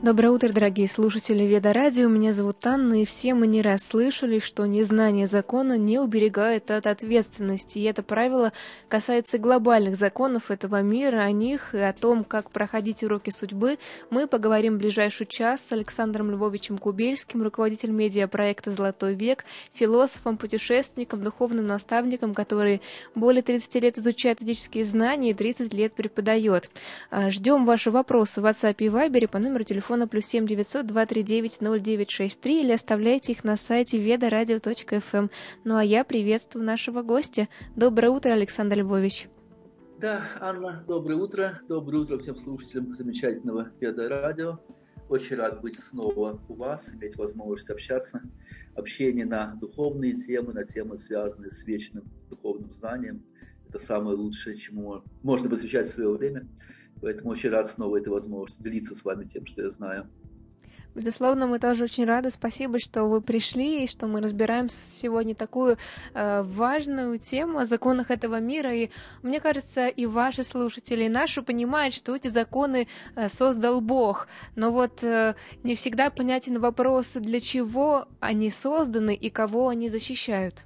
Доброе утро, дорогие слушатели Веда Радио. Меня зовут Анна, и все мы не раз слышали, что незнание закона не уберегает от ответственности. И это правило касается глобальных законов этого мира. О них и о том, как проходить уроки судьбы, мы поговорим в ближайший час с Александром Львовичем Кубельским, руководителем медиапроекта «Золотой век», философом, путешественником, духовным наставником, который более 30 лет изучает ведические знания и 30 лет преподает. Ждем ваши вопросы в WhatsApp и Viber по номеру телефона +7 900 239 0963 или оставляйте их на сайте vedoradio.fm. Ну а я приветствую нашего гостя. Доброе утро, Александр Львович. Да, Анна, доброе утро. Доброе утро всем слушателям замечательного Веда Радио. Очень рад быть снова у вас, иметь возможность общаться. Общение на духовные темы, на темы, связанные с вечным духовным знанием. Это самое лучшее, чему можно посвящать свое время. Поэтому очень рад снова этой возможности делиться с вами тем, что я знаю. Безусловно, мы тоже очень рады. Спасибо, что вы пришли и что мы разбираем сегодня такую важную тему о законах этого мира. И мне кажется, и ваши слушатели, и наши понимают, что эти законы создал Бог. Но вот не всегда понятен вопрос, для чего они созданы и кого они защищают.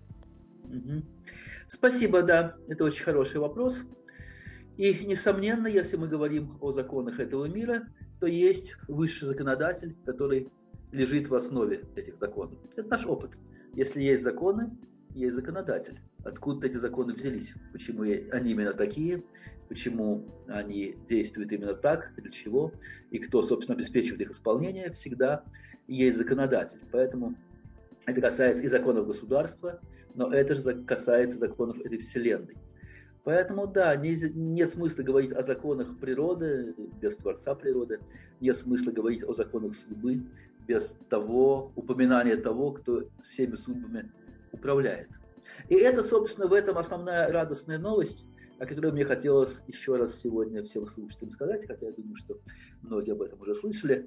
Спасибо, да, это очень хороший вопрос. И, несомненно, если мы говорим о законах этого мира, то есть высший законодатель, который лежит в основе этих законов. Это наш опыт. Если есть законы, есть законодатель. Откуда эти законы взялись? Почему они именно такие? Почему они действуют именно так? Для чего? И кто, собственно, обеспечивает их исполнение? Всегда есть законодатель. Поэтому это касается и законов государства, но это же касается законов этой вселенной. Поэтому, да, нет смысла говорить о законах природы без Творца природы, нет смысла говорить о законах судьбы без упоминания того, кто всеми судьбами управляет. И это, собственно, в этом основная радостная новость, о которой мне хотелось еще раз сегодня всем слушателям сказать, хотя я думаю, что многие об этом уже слышали,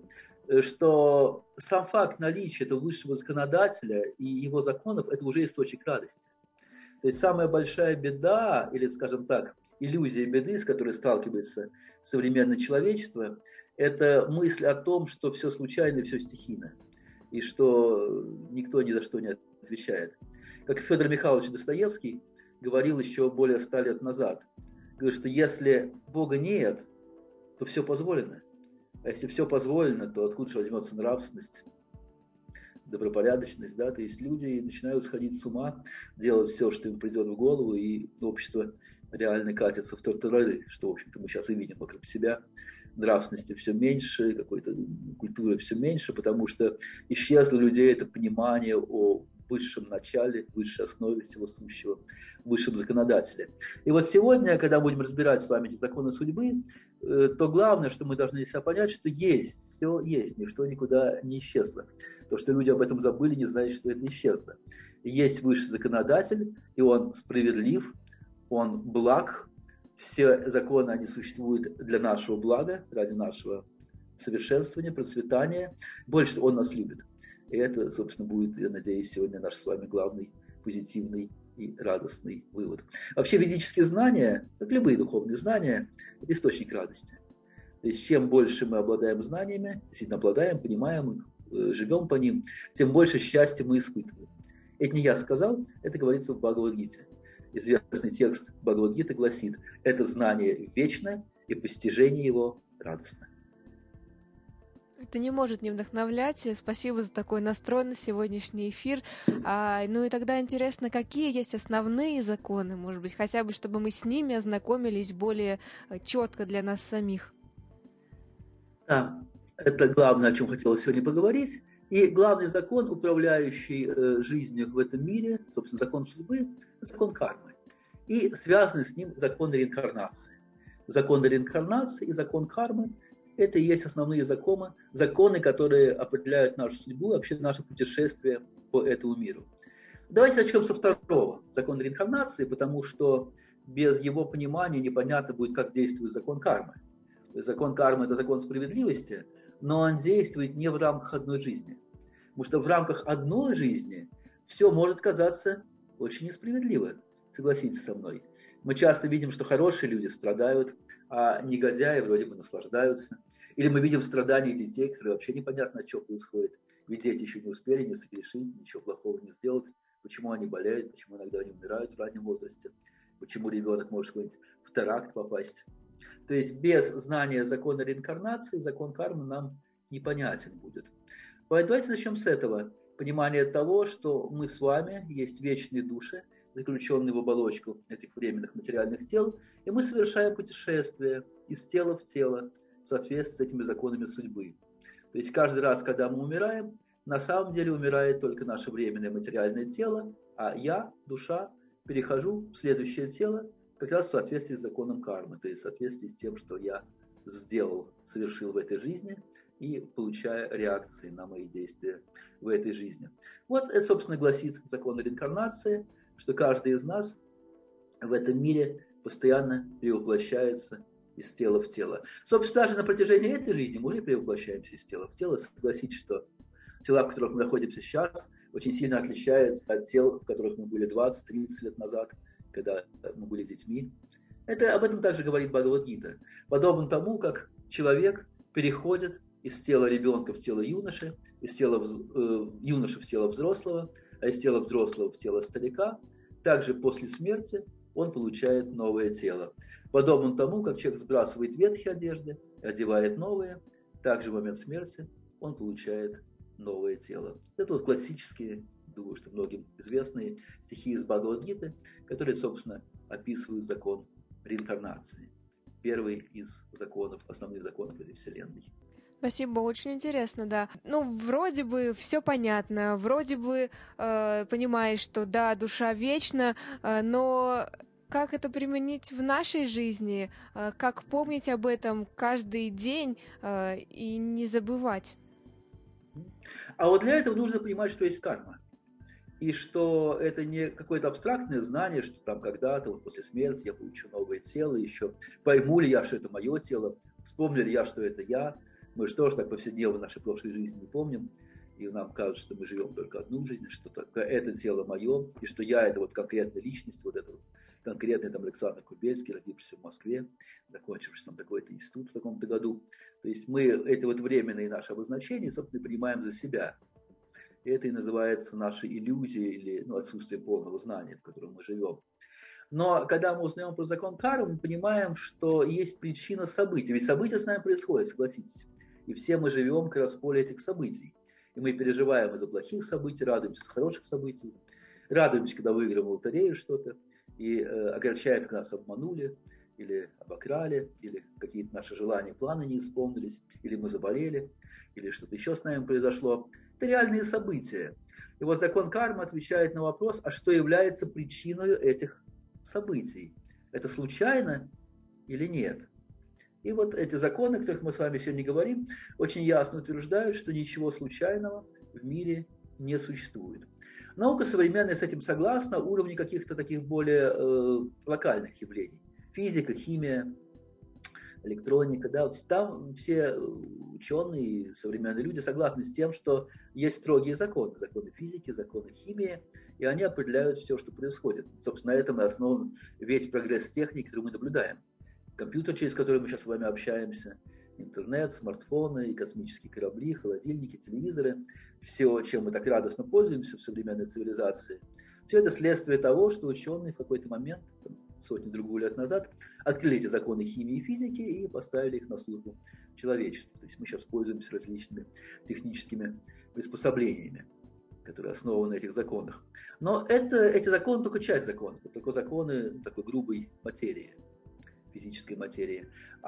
что сам факт наличия этого высшего законодателя и его законов – это уже источник радости. То есть самая большая беда, или, скажем так, иллюзия беды, с которой сталкивается современное человечество, это мысль о том, что все случайно и все стихийно, и что никто ни за что не отвечает. Как Федор Михайлович Достоевский говорил еще более 100 лет назад, говорит, что если Бога нет, то все позволено. А если все позволено, то откуда же возьмется нравственность, добропорядочность, да, то есть люди начинают сходить с ума, делать все, что им придет в голову, и общество реально катится в тартарары, что, в общем-то, мы сейчас и видим вокруг себя. Нравственности все меньше, какой-то культуры все меньше, потому что исчезло у людей это понимание о высшем начале, высшей основе всего сущего, высшем законодателе. И вот сегодня, когда будем разбирать с вами эти законы судьбы, то главное, что мы должны для себя понять, что есть, все есть, ничто никуда не исчезло. То, что люди об этом забыли, не значит, что это исчезло. Есть высший законодатель, и он справедлив, он благ, все законы, они существуют для нашего блага, ради нашего совершенствования, процветания. Больше он нас любит. И это, собственно, будет, я надеюсь, сегодня наш с вами главный позитивный и радостный вывод. Вообще ведические знания, как любые духовные знания, это источник радости. То есть чем больше мы обладаем знаниями, действительно обладаем, понимаем их, живем по ним, тем больше счастья мы испытываем. Это не я сказал, это говорится в Бхагавад-гите. Известный текст Бхагавад-гиты гласит: это знание вечное, и постижение его радостно. Это не может не вдохновлять. Спасибо за такой настрой на сегодняшний эфир. Ну и тогда интересно, какие есть основные законы, может быть, хотя бы, чтобы мы с ними ознакомились более четко для нас самих. Да, это главное, о чем хотелось сегодня поговорить. И главный закон, управляющий жизнью в этом мире, собственно, закон судьбы, закон кармы. И связанный с ним закон реинкарнации. Закон реинкарнации и закон кармы – это и есть основные законы, которые определяют нашу судьбу, вообще наше путешествие по этому миру. Давайте начнем со второго, закон реинкарнации, потому что без его понимания непонятно будет, как действует закон кармы. Закон кармы – это закон справедливости, но он действует не в рамках одной жизни. Потому что в рамках одной жизни все может казаться очень несправедливо. Согласитесь со мной. Мы часто видим, что хорошие люди страдают, а негодяи вроде бы наслаждаются. Или мы видим страдания детей, которые вообще непонятно, что происходит. Ведь дети еще не успели не согрешить, ничего плохого не сделать. Почему они болеют, почему иногда они умирают в раннем возрасте, почему ребенок может в теракт попасть. То есть без знания закона реинкарнации, закон кармы нам непонятен будет. Поэтому давайте начнем с этого. Понимание того, что мы с вами есть вечные души, заключенные в оболочку этих временных материальных тел, и мы совершаем путешествие из тела в тело в соответствии с этими законами судьбы. То есть каждый раз, когда мы умираем, на самом деле умирает только наше временное материальное тело, а я, душа, перехожу в следующее тело как раз в соответствии с законом кармы, то есть в соответствии с тем, что я сделал, совершил в этой жизни, и получая реакции на мои действия в этой жизни. Вот это, собственно, гласит закон реинкарнации, что каждый из нас в этом мире постоянно перевоплощается из тела в тело. Собственно, даже на протяжении этой жизни мы уже перевоплощаемся из тела в тело. Согласитесь, что тела, в которых мы находимся сейчас, очень сильно отличаются от тел, в которых мы были 20-30 лет назад, когда мы были детьми. Об этом также говорит Бхагавад-гита. Подобно тому, как человек переходит из тела ребенка в тело юноши, из тела юноши в тело взрослого, а из тела взрослого в тело старика, также после смерти он получает новое тело. Подобно тому, как человек сбрасывает ветхие одежды, одевает новые, также в момент смерти он получает новое тело. Это вот классические, думаю, что многим известные стихи из Бхагавад-гиты, которые, собственно, описывают закон реинкарнации. Первый из законов, основных законов этой вселенной. Спасибо, очень интересно, да. Ну, вроде бы все понятно, вроде бы понимаешь, что да, душа вечна, но как это применить в нашей жизни, как помнить об этом каждый день и не забывать? А вот для этого нужно понимать, что есть карма. И что это не какое-то абстрактное знание, что там когда-то, вот после смерти я получу новое тело, еще пойму ли я, что это мое тело, вспомню ли я, что это я. Мы же тоже так повседневно нашей прошлой жизни не помним, и нам кажется, что мы живем только одну жизнь, что только это тело мое, и что я это вот конкретная личность, вот это вот конкретный там Александр Кубельский, родившийся в Москве, закончивший там такой-то институт в таком-то году. То есть мы это вот временные наши обозначения, собственно, принимаем за себя. И это и называется нашей иллюзией или отсутствие полного знания, в котором мы живем. Но когда мы узнаем про закон кармы, мы понимаем, что есть причина событий. Ведь события с нами происходят, согласитесь. И все мы живем как раз в поле этих событий. И мы переживаем из-за плохих событий, радуемся из хороших событий, радуемся, когда выиграем в лотерею что-то, и огорчаем, когда нас обманули, или обокрали, или какие-то наши желания, планы не исполнились, или мы заболели, или что-то еще с нами произошло. Это реальные события. И вот закон кармы отвечает на вопрос, а что является причиной этих событий? Это случайно или нет? И вот эти законы, о которых мы с вами сегодня говорим, очень ясно утверждают, что ничего случайного в мире не существует. Наука современная с этим согласна, уровне каких-то таких более локальных явлений. Физика, химия, электроника, да, там все ученые и современные люди согласны с тем, что есть строгие законы, законы физики, законы химии, и они определяют все, что происходит. Собственно, на этом и основан весь прогресс техники, который мы наблюдаем. Компьютер, через который мы сейчас с вами общаемся, интернет, смартфоны, и космические корабли, холодильники, телевизоры, все, чем мы так радостно пользуемся в современной цивилизации, все это следствие того, что ученые в какой-то момент, сотни-другую лет назад, открыли эти законы химии и физики и поставили их на службу человечеству. То есть мы сейчас пользуемся различными техническими приспособлениями, которые основаны на этих законах. Но эти законы только часть законов, это только законы такой грубой материи, физической материи.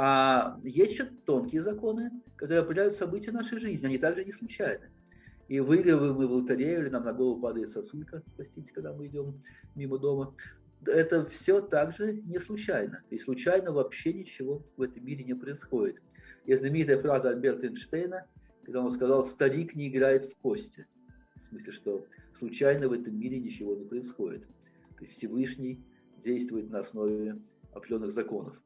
А есть еще тонкие законы, которые определяют события нашей жизни. Они также не случайны. И выигрываем мы в лотерею, или нам на голову падает сосулька, простите, когда мы идем мимо дома. Это все также не случайно. То есть случайно вообще ничего в этом мире не происходит. Есть знаменитая фраза Альберта Эйнштейна, когда он сказал: «Старик не играет в кости». В смысле, что случайно в этом мире ничего не происходит. То есть Всевышний действует на основе определенных законов.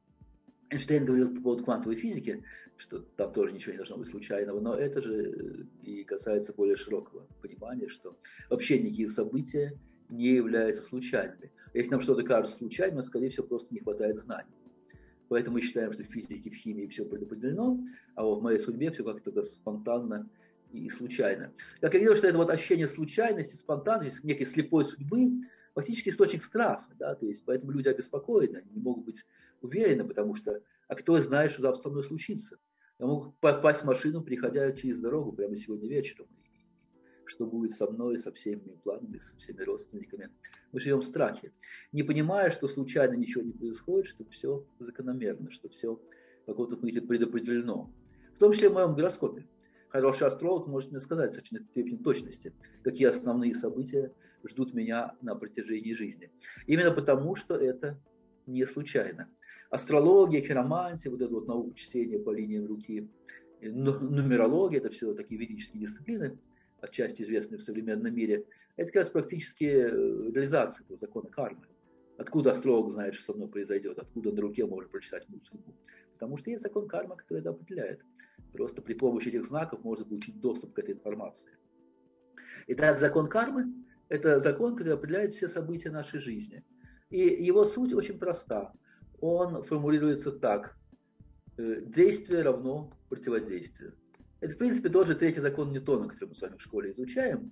Эйнштейн говорил по поводу квантовой физики, что там тоже ничего не должно быть случайного, но это же и касается более широкого понимания, что вообще никакие события не являются случайными. Если нам что-то кажется случайным, скорее всего, просто не хватает знаний. Поэтому мы считаем, что в физике, в химии все предопределено, а вот в моей судьбе все как-то спонтанно и случайно. Как я говорил, что это вот ощущение случайности, спонтанности, некой слепой судьбы, фактически источник страха, да, то есть поэтому люди обеспокоены, они не могут быть уверены, потому что, а кто знает, что завтра со мной случится? Я могу попасть в машину, переходя через дорогу прямо сегодня вечером. Что будет со мной, со всеми моими планами, со всеми родственниками. Мы живем в страхе, не понимая, что случайно ничего не происходит, что все закономерно, что все в каком-то смысле предопределено. В том числе в моем гороскопе. Хороший астролог может мне сказать с значительной степенью точности, какие основные события ждут меня на протяжении жизни. Именно потому, что это не случайно. Астрология, хиромантия, вот эта вот наука чтения по линиям руки, нумерология, это все такие ведические дисциплины, отчасти известные в современном мире, это как раз практически реализация этого закона кармы. Откуда астролог знает, что со мной произойдет, откуда на руке может прочитать мою судьбу. Потому что есть закон кармы, который это определяет. Просто при помощи этих знаков можно получить доступ к этой информации. Итак, закон кармы – это закон, который определяет все события нашей жизни. И его суть очень проста. Он формулируется так. Действие равно противодействию. Это, в принципе, тот же третий закон Ньютона, который мы с вами в школе изучаем,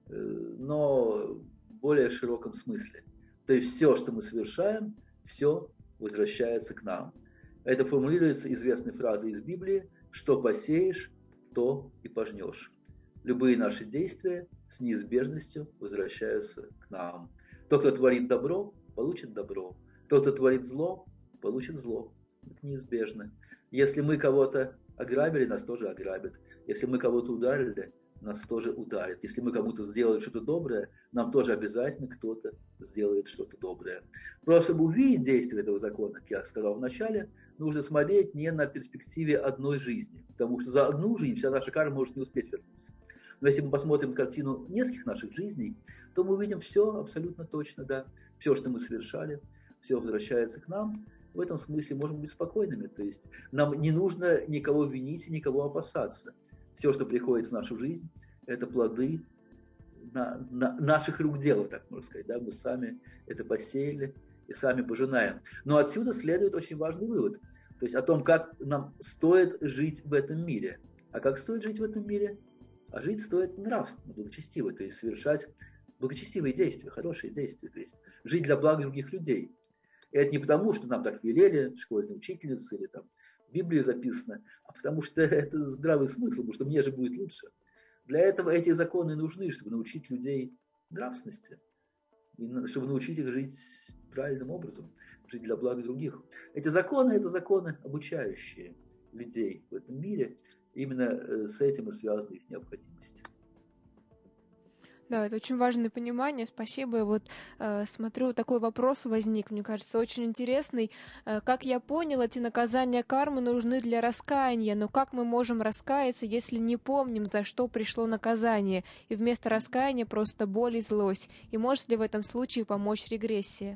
но в более широком смысле. То есть все, что мы совершаем, все возвращается к нам. Это формулируется известной фразой из Библии: «Что посеешь, то и пожнешь». Любые наши действия с неизбежностью возвращаются к нам. Тот, кто творит добро, получит добро. Тот, кто творит зло, получит зло. Это неизбежно. Если мы кого-то ограбили, нас тоже ограбят. Если мы кого-то ударили, нас тоже ударят. Если мы кому-то сделали что-то доброе, нам тоже обязательно кто-то сделает что-то доброе. Просто чтобы увидеть действие этого закона, как я сказал в начале, нужно смотреть не на перспективе одной жизни. Потому что за одну жизнь вся наша карма может не успеть вернуться. Но если мы посмотрим картину нескольких наших жизней, то мы увидим все абсолютно точно, да. Все, что мы совершали, все возвращается к нам. В этом смысле можем быть спокойными. То есть нам не нужно никого винить и никого опасаться. Все, что приходит в нашу жизнь, это плоды наших рук дела, так можно сказать. Да? Мы сами это посеяли и сами пожинаем. Но отсюда следует очень важный вывод. То есть о том, как нам стоит жить в этом мире. А как стоит жить в этом мире? А жить стоит нравственно, благочестиво. То есть совершать благочестивые действия, хорошие действия. То есть жить для блага других людей. И это не потому, что нам так велели, школьные учительницы или там в Библии записано, а потому что это здравый смысл, потому что мне же будет лучше. Для этого эти законы нужны, чтобы научить людей нравственности, и чтобы научить их жить правильным образом, жить для блага других. Эти законы – это законы, обучающие людей в этом мире. Именно с этим и связана их необходимость. Да, это очень важное понимание, спасибо. И вот смотрю, такой вопрос возник, мне кажется, очень интересный. Как я понял, эти наказания кармы нужны для раскаяния, но как мы можем раскаяться, если не помним, за что пришло наказание, и вместо раскаяния просто боль и злость? И может ли в этом случае помочь регрессия?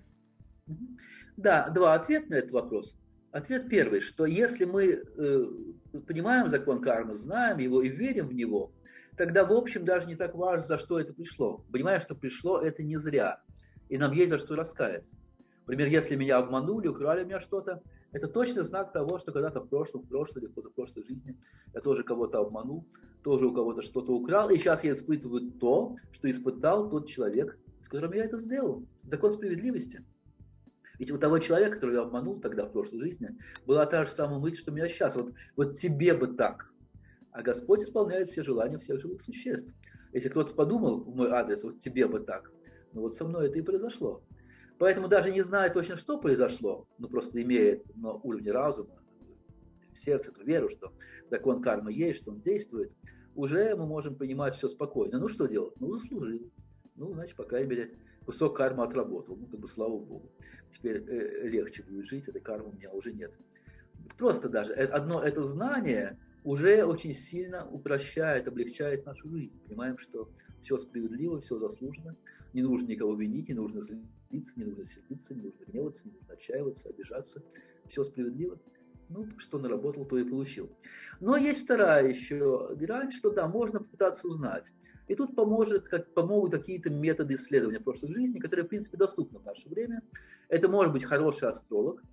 Да, два ответа на этот вопрос. Ответ первый, что если мы понимаем закон кармы, знаем его и верим в него, тогда, в общем, даже не так важно, за что это пришло. Понимаем, что пришло это не зря, и нам есть за что раскаяться. Например, если меня обманули, украли у меня что-то, это точно знак того, что когда-то в прошлой или в прошлой жизни я тоже кого-то обманул, тоже у кого-то что-то украл, и сейчас я испытываю то, что испытал тот человек, с которым я это сделал. Закон справедливости. Ведь у того человека, которого я обманул тогда в прошлой жизни, была та же самая мысль, что у меня сейчас. Вот тебе бы так. А Господь исполняет все желания всех живых существ. Если кто-то подумал в мой адрес, вот тебе бы так, ну вот со мной это и произошло. Поэтому даже не зная точно, что произошло, но просто имея на уровне разума, в сердце эту веру, что закон кармы есть, что он действует, уже мы можем понимать все спокойно. Ну что делать? Ну заслужил. Ну, значит, по крайней мере, кусок кармы отработал. Ну, как бы слава Богу. Теперь легче будет жить, этой кармы у меня уже нет. Просто даже одно это знание уже очень сильно упрощает, облегчает нашу жизнь. Понимаем, что все справедливо, все заслужено, не нужно никого винить, не нужно злиться, не нужно сердиться, не нужно гневаться, не нужно отчаиваться, обижаться. Все справедливо. Ну, что наработал, то и получил. Но есть вторая еще грань, что да, можно попытаться узнать. И тут помогут какие-то методы исследования прошлой жизни, которые, в принципе, доступны в наше время. Это может быть хороший астролог,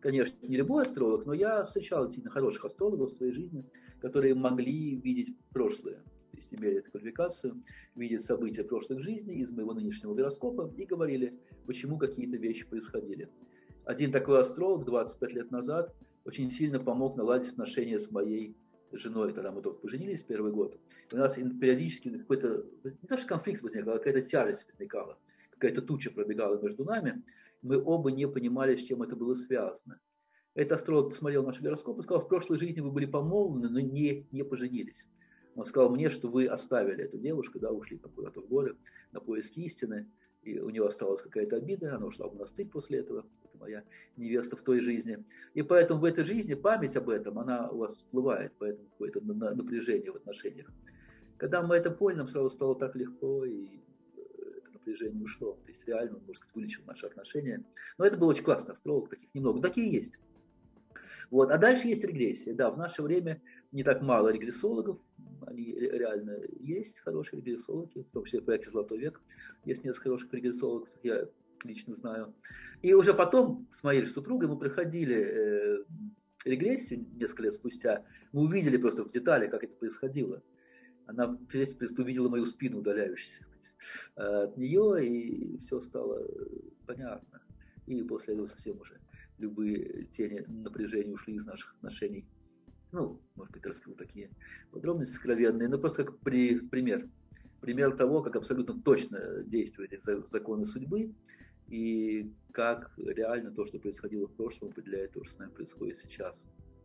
конечно, не любой астролог, но я встречал действительно хороших астрологов в своей жизни, которые могли видеть прошлое, то есть имели эту квалификацию, видеть события прошлых жизней из моего нынешнего гороскопа и говорили, почему какие-то вещи происходили. Один такой астролог 25 лет назад очень сильно помог наладить отношения с моей женой, когда мы только поженились первый год. И у нас периодически какой-то, не то что конфликт возникал, а какая-то тяжесть возникала, какая-то туча пробегала между нами. Мы оба не понимали, с чем это было связано. Этот астролог посмотрел наш гороскоп и сказал, в прошлой жизни вы были помолвлены, но не поженились. Он сказал мне, что вы оставили эту девушку, да, ушли куда-то в горы на поиски истины, и у нее осталась какая-то обида, она ушла в монастырь после этого, это моя невеста в той жизни. И поэтому в этой жизни память об этом, она у вас всплывает, поэтому какое-то напряжение в отношениях. Когда мы это поняли, нам сразу стало так легко, и это напряжение ушло. То есть реально, можно сказать, вылечил наши отношения. Но это был очень классный астролог, таких немного. Такие есть. Вот. А дальше есть регрессия. Да, в наше время не так мало регрессологов, они реально есть хорошие регрессологи, в том числе в проекте «Золотой век» есть несколько хороших регрессологов, я лично знаю. И уже потом с моей супругой мы проходили регрессию несколько лет спустя, мы увидели просто в детали, как это происходило. Она, в принципе, увидела мою спину удаляющуюся от нее, и все стало понятно. И после этого совсем уже любые тени напряжения ушли из наших отношений. Ну, может быть, раскрыл такие подробности сокровенные, но просто как пример. Пример того, как абсолютно точно действуют законы судьбы, и как реально то, что происходило в прошлом, определяет то, что с нами происходит сейчас.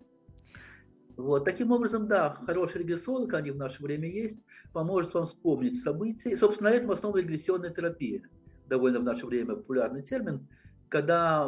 Вот. Таким образом, да, хороший регрессолог, они в наше время есть, поможет вам вспомнить события. И, собственно, на этом основана регрессионная терапия. Довольно в наше время популярный термин. Когда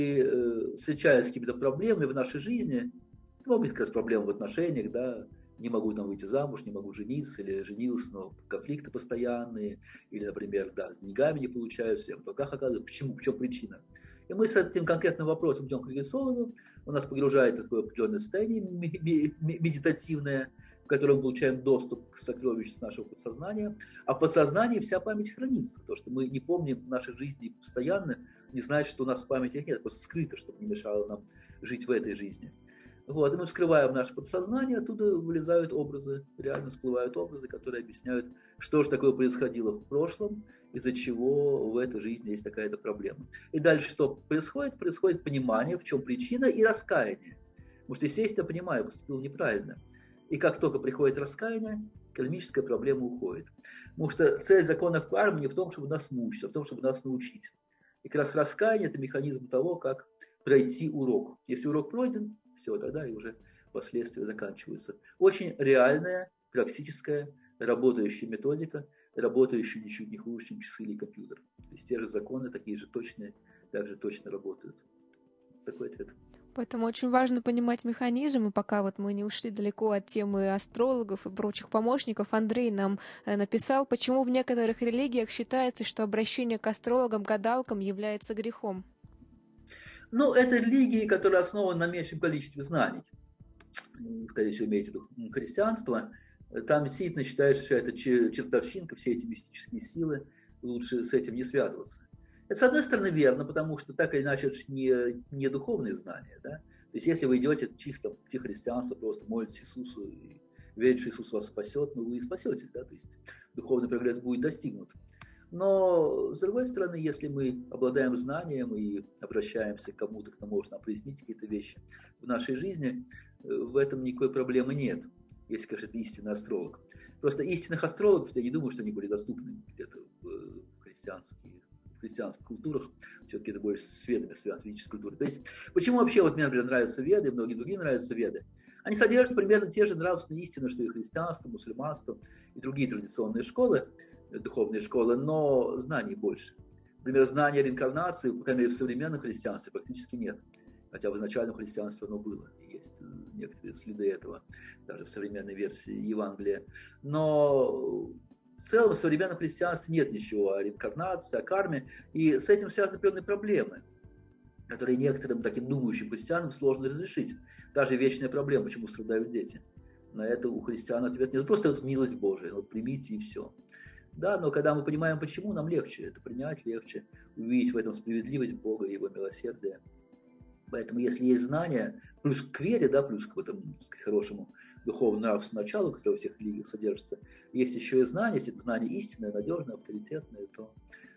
мы встречаемся с какими-то проблемами в нашей жизни, может быть, как раз проблемы в отношениях, да, не могу там выйти замуж, не могу жениться, или женился, но конфликты постоянные, или, например, да, с деньгами не получаются, я в долгах оказываюсь, почему, в чем причина? И мы с этим конкретным вопросом идем к регрессологу, он нас погружает в такое определенное состояние медитативное, в котором мы получаем доступ к сокровищам нашего подсознания, а в подсознании вся память хранится, то, что мы не помним нашей жизни постоянно, не значит, что у нас в памяти их нет, просто скрыто, чтобы не мешало нам жить в этой жизни. Вот, и мы вскрываем наше подсознание, оттуда вылезают образы, реально всплывают образы, которые объясняют, что же такое происходило в прошлом, из-за чего в этой жизни есть такая-то проблема. И дальше что происходит? Происходит понимание, в чем причина, и раскаяние. Потому что, естественно, понимаю, поступил неправильно. И как только приходит раскаяние, кармическая проблема уходит. Потому что цель законов кармы не в том, чтобы нас мучить, а в том, чтобы нас научить. И как раз раскаяние – это механизм того, как пройти урок. Если урок пройден, все, тогда и уже последствия заканчиваются. Очень реальная, практическая, работающая методика, работающая ничуть не хуже, чем часы или компьютер. То есть те же законы, такие же точные, также точно работают. Такой ответ. Поэтому очень важно понимать механизм, и пока вот мы не ушли далеко от темы астрологов и прочих помощников, Андрей нам написал, почему в некоторых религиях считается, что обращение к астрологам, гадалкам является грехом. Ну, это религии, которые основаны на меньшем количестве знаний. Скорее всего, имеете в виду христианство. Там действительно считается, что это чертовщинка, все эти мистические силы, лучше с этим не связываться. Это, с одной стороны, верно, потому что так или иначе это не духовные знания. Да? То есть, если вы идете чисто в христианство, просто молитесь Иисусу и верите, что Иисус вас спасет, ну вы и спасетесь. Да? То есть, духовный прогресс будет достигнут. Но, с другой стороны, если мы обладаем знанием и обращаемся к кому-то, кто может нам прояснить какие-то вещи в нашей жизни, в этом никакой проблемы нет, если, конечно, это истинный астролог. Просто истинных астрологов, я не думаю, что они были доступны где-то в христианских культурах, все-таки это больше с ведами связано, с ведической культурой. То есть, почему вообще вот мне, например, нравятся веды, многим другим нравятся веды? Они содержат примерно те же нравственные истины, что и христианство, мусульманство и другие традиционные школы, духовные школы, но знаний больше. Например, знания о реинкарнации, по крайней мере, в современном христианстве практически нет. Хотя в изначальном христианстве оно было. Есть некоторые следы этого, даже в современной версии Евангелия. Но в целом в современном христианстве нет ничего о реинкарнации, о карме. И с этим связаны определенные проблемы, которые некоторым таким думающим христианам сложно разрешить. Даже вечная проблема, почему страдают дети. На это у христиан ответ нет. Просто это милость Божия. Вот примите и все. Да, но когда мы понимаем, почему, нам легче это принять, легче увидеть в этом справедливость Бога и Его милосердие. Поэтому, если есть знания, плюс к вере, да, плюс к этому, так сказать, хорошему духовно-нравственному началу, которое во всех религиях содержится, есть еще и знания, если это знание истинное, надежное, авторитетное, то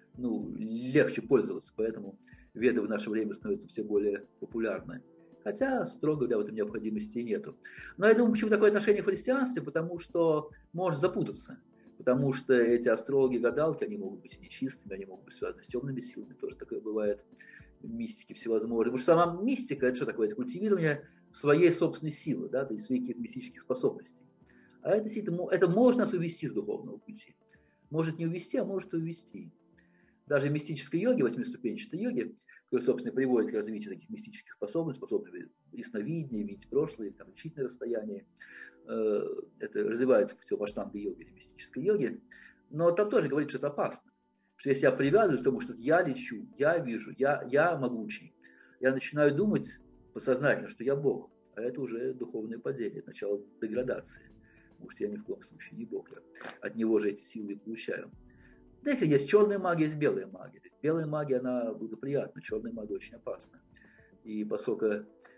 легче пользоваться. Поэтому веды в наше время становятся все более популярны. Хотя, строго говоря, в этом необходимости и нету. Но я думаю, почему такое отношение к христианству, потому что может запутаться. Потому что эти астрологи, гадалки, они могут быть нечистыми, они могут быть связаны с темными силами, тоже такое бывает. Мистики всевозможные. Потому что сама мистика, это что такое? Это культивирование своей собственной силы, да, то есть своих каких-то мистических способностей. А это действительно, это можно нас увести с духовного пути. Может не увести, а может и увести. Даже в мистической йоге, восьмиступенчатой йоге, которая, собственно, приводит к развитию таких мистических способностей, способностей ясновидения, видеть прошлое, там, лечить на расстоянии, это развивается путем аштанга йоги или мистической йоги, но там тоже говорит, что это опасно. Что если я привязываюсь к тому, что я лечу, я вижу, я могучий, я начинаю думать подсознательно, что я Бог, а это уже духовное падение, начало деградации. Потому что я ни в коем случае не Бог, я от него же эти силы и получаю. Да, если есть черная магия, есть белая магия. То есть белая магия, она благоприятна, черная магия очень опасна. И поскольку,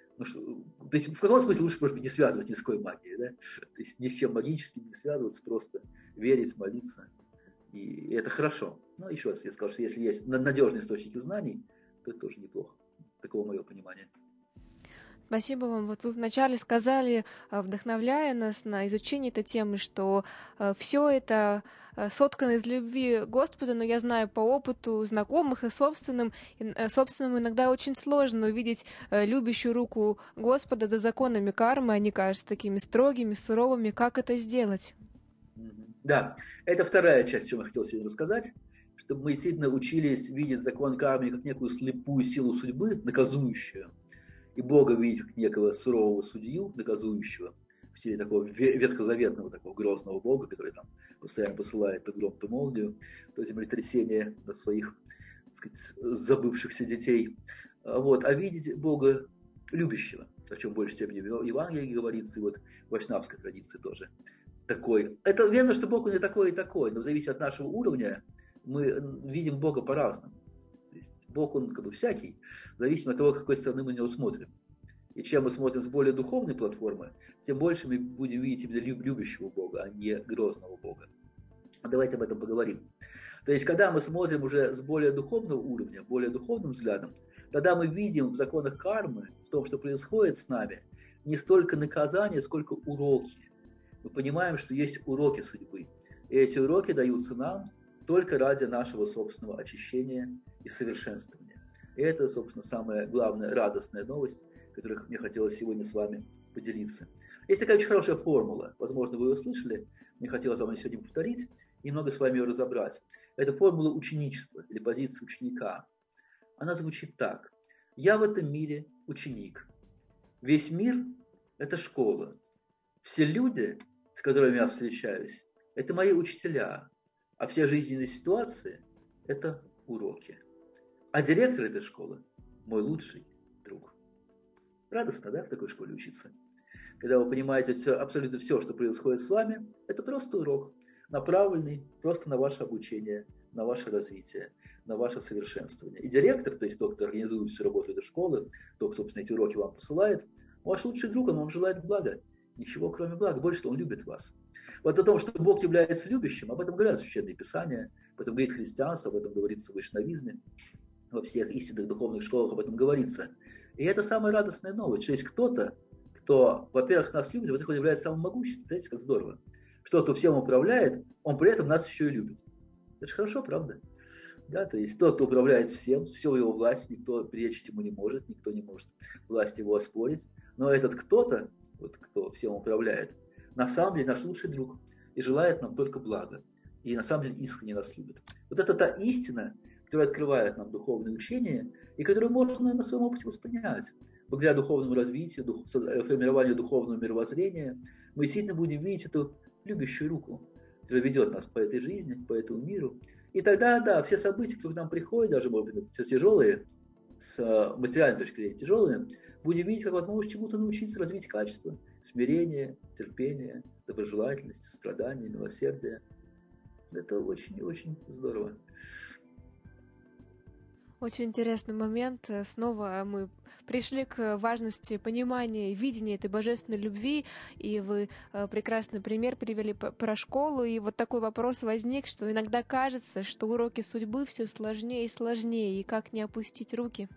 то есть в каком смысле лучше просто не связывать ни с какой магией, да? То есть ни с чем магическим не связываться, просто верить, молиться. И это хорошо. Но еще раз я сказал, что если есть надежные источники знаний, то это тоже неплохо. Таково мое понимание. Спасибо вам. Вот вы вначале сказали, вдохновляя нас на изучение этой темы, что все это соткано из любви Господа, но я знаю по опыту знакомых и собственным иногда очень сложно увидеть любящую руку Господа за законами кармы. Они кажутся такими строгими, суровыми. Как это сделать? Да, это вторая часть, о чем я хотел сегодня рассказать, чтобы мы действительно учились видеть закон кармы как некую слепую силу судьбы, наказующую, и Бога видеть как некого сурового судью, наказующего, в стиле такого ветхозаветного, такого грозного Бога, который там постоянно посылает то гром, то молнию, то землетрясение на своих, так сказать, забывшихся детей. Вот. А видеть Бога любящего, о чем в большей степени в Евангелии говорится, и вот в вайшнавской традиции тоже такой. Это верно, что Бог он и такой, но в зависимости от нашего уровня мы видим Бога по-разному. То есть Бог, он как бы всякий, в зависимости от того, с какой стороны мы на него смотрим. И чем мы смотрим с более духовной платформы, тем больше мы будем видеть именно любящего Бога, а не грозного Бога. Давайте об этом поговорим. То есть, когда мы смотрим уже с более духовного уровня, более духовным взглядом, тогда мы видим в законах кармы, в том, что происходит с нами, не столько наказания, сколько уроки. Мы понимаем, что есть уроки судьбы. И эти уроки даются нам только ради нашего собственного очищения и совершенствования. И это, собственно, самая главная радостная новость, которой мне хотелось сегодня с вами поделиться. Есть такая очень хорошая формула, возможно, вы ее слышали, мне хотелось вам ее сегодня повторить и немного с вами ее разобрать. Это формула ученичества или позиция ученика. Она звучит так. Я в этом мире ученик. Весь мир – это школа. Все люди, с которыми я встречаюсь, это мои учителя, а все жизненные ситуации – это уроки. А директор этой школы – мой лучший друг. Радостно, да, в такой школе учиться? Когда вы понимаете абсолютно все, что происходит с вами, это просто урок, направленный просто на ваше обучение, на ваше развитие, на ваше совершенствование. И директор, то есть тот, кто организует всю работу этой школы, тот, кто, собственно, эти уроки вам посылает, ваш лучший друг, он вам желает блага. Ничего, кроме блага. Больше того, он любит вас. Вот о том, что Бог является любящим, об этом говорят Священные Писания, об этом говорит христианство, об этом говорится в вайшнавизме, во всех истинных духовных школах об этом говорится. И это самая радостная новость, что есть кто-то, кто, во-первых, нас любит, во-вторых, он является самым могущественным. Знаете, как здорово. Что кто всем управляет, он при этом нас еще и любит. Это же хорошо, правда? Да, то есть тот, кто управляет всем, все в его власти, никто перечить ему не может, никто не может власть его оспорить. Но этот кто-то, вот кто всем управляет, на самом деле наш лучший друг и желает нам только блага. И на самом деле искренне нас любит. Вот это та истина, которая открывает нам духовное учение и которую можно на своем опыте воспринять. Благодаря духовному развитию, формированию духовного мировоззрения, мы действительно будем видеть эту любящую руку, которая ведет нас по этой жизни, по этому миру. И тогда, да, все события, которые к нам приходят, даже, может быть, все тяжелые, с материальной точки зрения тяжелые, будем видеть как возможность чему-то научиться, развить качество, смирение, терпение, доброжелательность, сострадание, милосердие. Это очень и очень здорово. Очень интересный момент. Снова мы пришли к важности понимания и видения этой божественной любви, и вы прекрасный пример привели про школу, и вот такой вопрос возник, что иногда кажется, что уроки судьбы все сложнее и сложнее, и как не опустить руки.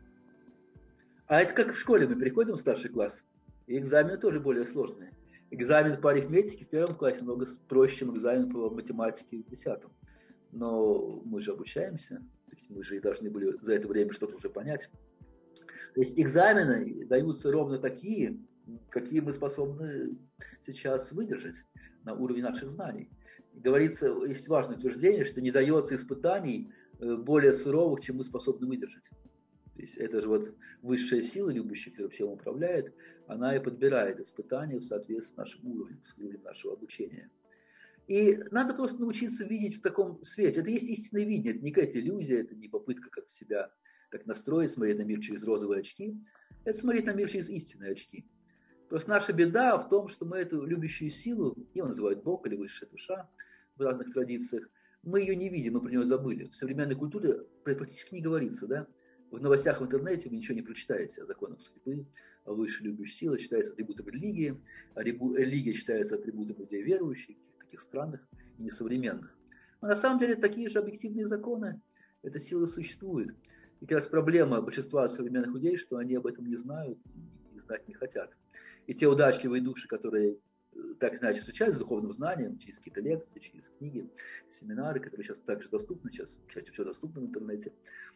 А это как в школе, мы переходим в старший класс, и экзамены тоже более сложные. Экзамен по арифметике в первом классе намного проще, чем экзамен по математике в 10. Но мы же обучаемся, то есть мы же и должны были за это время что-то уже понять. То есть экзамены даются ровно такие, какие мы способны сейчас выдержать на уровне наших знаний. И говорится, есть важное утверждение, что не дается испытаний более суровых, чем мы способны выдержать. То есть это же вот высшая сила, любящая, которая всем управляет, она и подбирает испытания в соответствии с нашим уровнем, с уровнем нашего обучения. И надо просто научиться видеть в таком свете. Это есть истинное видение, это не какая-то иллюзия, это не попытка как себя так настроить, смотреть на мир через розовые очки. Это смотреть на мир через истинные очки. Просто наша беда в том, что мы эту любящую силу, ее называют Бог или высшая душа в разных традициях, мы ее не видим, мы про нее забыли. В современной культуре практически не говорится, да? В новостях в интернете вы ничего не прочитаете о законах судьбы, о высшей любящей силе, считается атрибутом религии, а религия считается атрибутом людей верующих, таких странных и несовременных. Но на самом деле такие же объективные законы, эта сила существует. И как раз проблема большинства современных людей, что они об этом не знают и знать не хотят. И те удачливые души, которые так иначе встречаются с духовным знанием, через какие-то лекции, через книги, семинары, которые сейчас также доступны, сейчас, кстати, все доступно в интернете,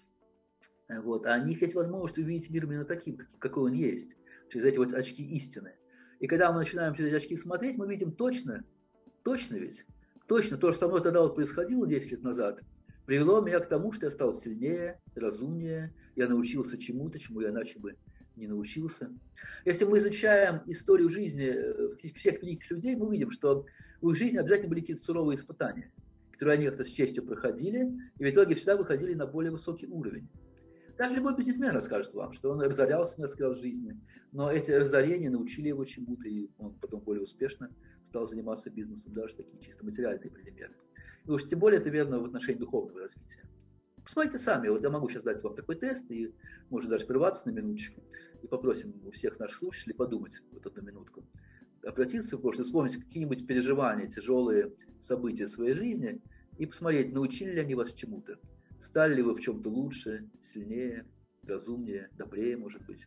вот, а у них есть возможность увидеть мир именно таким, какой он есть, через эти вот очки истины. И когда мы начинаем через эти очки смотреть, мы видим точно то, что со мной тогда вот происходило 10 лет назад, привело меня к тому, что я стал сильнее, разумнее, я научился чему-то, чему я иначе бы не научился. Если мы изучаем историю жизни всех великих людей, мы увидим, что в их жизни обязательно были какие-то суровые испытания, которые они как-то с честью проходили, и в итоге всегда выходили на более высокий уровень. Даже любой бизнесмен расскажет вам, что он разорялся несколько раз в жизни, но эти разорения научили его чему-то, и он потом более успешно стал заниматься бизнесом, даже такие чисто материальные примеры. И уж тем более это верно в отношении духовного развития. Посмотрите сами, вот я могу сейчас дать вам такой тест, и можно даже прерваться на минуточку, и попросим у всех наших слушателей подумать вот одну минутку. Обратиться в прошлое, вспомнить какие-нибудь переживания, тяжелые события в своей жизни, и посмотреть, научили ли они вас чему-то. Стали ли вы в чем-то лучше, сильнее, разумнее, добрее, может быть?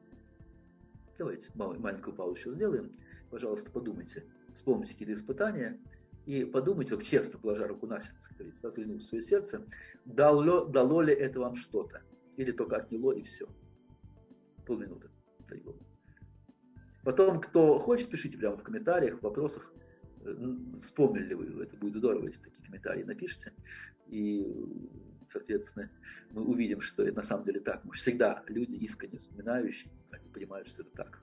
Давайте маленькую паузу еще сделаем. Пожалуйста, подумайте. Вспомните какие-то испытания и подумайте, вот честно, положа руку на сердце, говорится, заглянув в свое сердце, дало ли это вам что-то? Или только отняло и все? Полминуты. Потом, кто хочет, пишите прямо в комментариях, в вопросах, вспомнили ли вы, это будет здорово, если такие комментарии напишите. И, соответственно, мы увидим, что это на самом деле так. Мы всегда люди искренне вспоминающие, они понимают, что это так.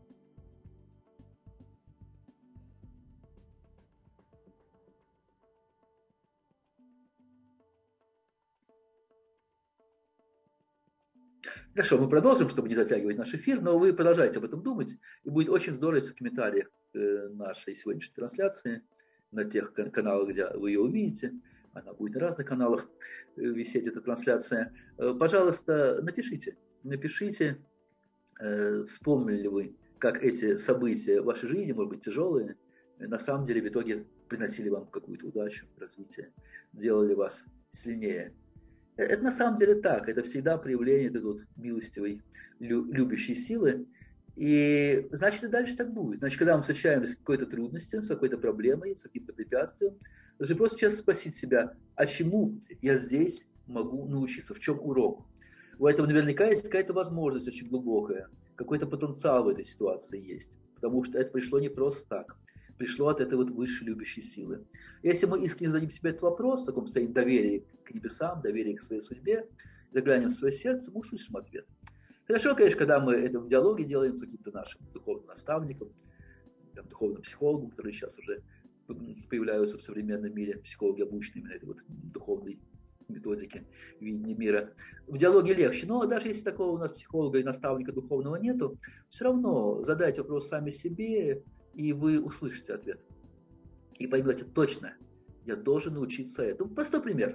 Хорошо, мы продолжим, чтобы не затягивать наш эфир, но вы продолжайте об этом думать, и будет очень здорово, если в комментариях нашей сегодняшней трансляции, на тех каналах, где вы ее увидите, она будет на разных каналах висеть, эта трансляция, пожалуйста, напишите, вспомнили ли вы, как эти события в вашей жизни, может быть, тяжелые, на самом деле в итоге приносили вам какую-то удачу, развитие, делали вас сильнее. Это на самом деле так, это всегда проявление этой вот милостивой, любящей силы. И значит, и дальше так будет. Значит, когда мы встречаемся с какой-то трудностью, с какой-то проблемой, с каким-то препятствием, даже просто сейчас спросить себя, а чему я здесь могу научиться, в чем урок? У этого наверняка есть какая-то возможность очень глубокая, какой-то потенциал в этой ситуации есть, потому что это пришло не просто так. Пришло от этой вот высшей любящей силы. Если мы искренне зададим себе этот вопрос, в таком состоянии доверия к небесам, доверия к своей судьбе, заглянем в свое сердце, мы услышим ответ. Хорошо, конечно, когда мы это в диалоге делаем с каким-то нашим духовным наставником, духовным психологом, которые сейчас уже появляются в современном мире, психологи обучены именно этой вот духовной методике видения мира. В диалоге легче, но даже если такого у нас психолога и наставника духовного нету, все равно задайте вопрос сами себе, и вы услышите ответ. И поймете точно, я должен научиться этому. Простой пример.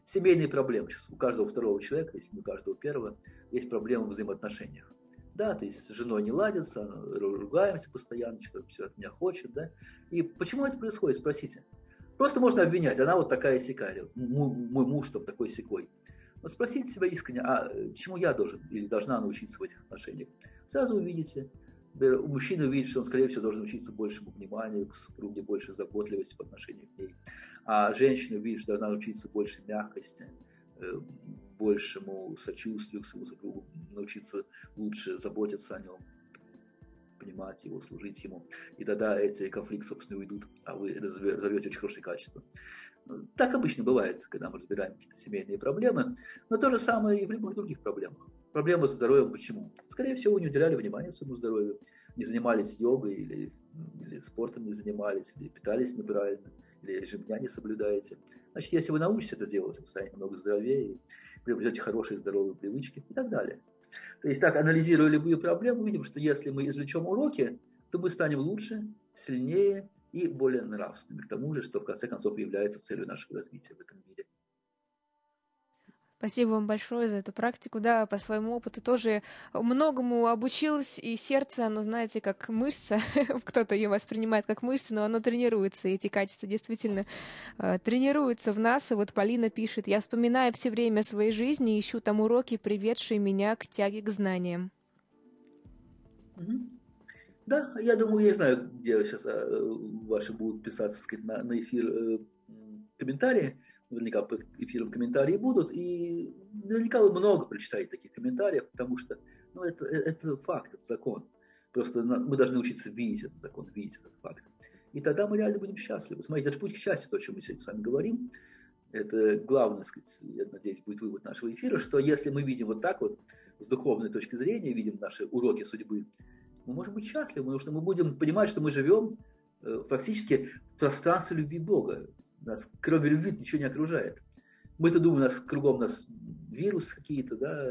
семейные проблемы. Сейчас у каждого второго человека, если не у каждого первого, есть проблемы в взаимоотношениях. Да, то есть с женой не ладится, ругаемся постоянно, что-то все от меня хочет, да. И почему это происходит, спросите. Просто можно обвинять, она вот такая сякая, мой муж там такой сякой. Но спросите себя искренне, а чему я должен или должна научиться в этих отношениях? Сразу увидите. Мужчина увидит, что он, скорее всего, должен учиться большему вниманию к супруге, больше заботливости по отношению к ней. А женщина увидит, что должна учиться больше мягкости, большему сочувствию к своему супругу, научиться лучше заботиться о нем, понимать его, служить ему. И тогда эти конфликты, собственно, уйдут, а вы разовьете очень хорошие качества. Так обычно бывает, когда мы разбираем какие-то семейные проблемы, но то же самое и в любых других проблемах. Проблемы с здоровьем почему? Скорее всего, не уделяли внимания своему здоровью, не занимались йогой или спортом не занимались, или питались неправильно, или режим дня не соблюдаете. Значит, если вы научитесь это делать, вы станете намного здоровее, приобретете хорошие здоровые привычки и так далее. То есть так, анализируя любые проблемы, видим, что если мы извлечем уроки, то мы станем лучше, сильнее и более нравственными. К тому же, что в конце концов является целью нашего развития в этом мире. Спасибо вам большое за эту практику. Да, по своему опыту тоже многому обучилась, и сердце, оно, знаете, как мышца. Кто-то ее воспринимает как мышцу, но оно тренируется, и эти качества действительно тренируются в нас. И вот Полина пишет: «Я вспоминаю все время своей жизни и ищу там уроки, приведшие меня к тяге к знаниям». Да, я думаю, я знаю, где сейчас ваши будут писаться, сказать, на эфир комментарии. Наверняка под эфиром комментарии будут, и наверняка вы много прочитаете таких комментариев, потому что это факт, это закон. Просто мы должны учиться видеть этот закон, видеть этот факт. И тогда мы реально будем счастливы. Смотрите, это путь к счастью, то, о чем мы сегодня с вами говорим. Это главное, сказать, я надеюсь, будет вывод нашего эфира, что если мы видим вот так вот, с духовной точки зрения, видим наши уроки судьбы, мы можем быть счастливы, потому что мы будем понимать, что мы живем практически в пространстве любви Бога. Нас, кроме любви, ничего не окружает. Мы-то думаем, кругом нас вирусы какие-то, да,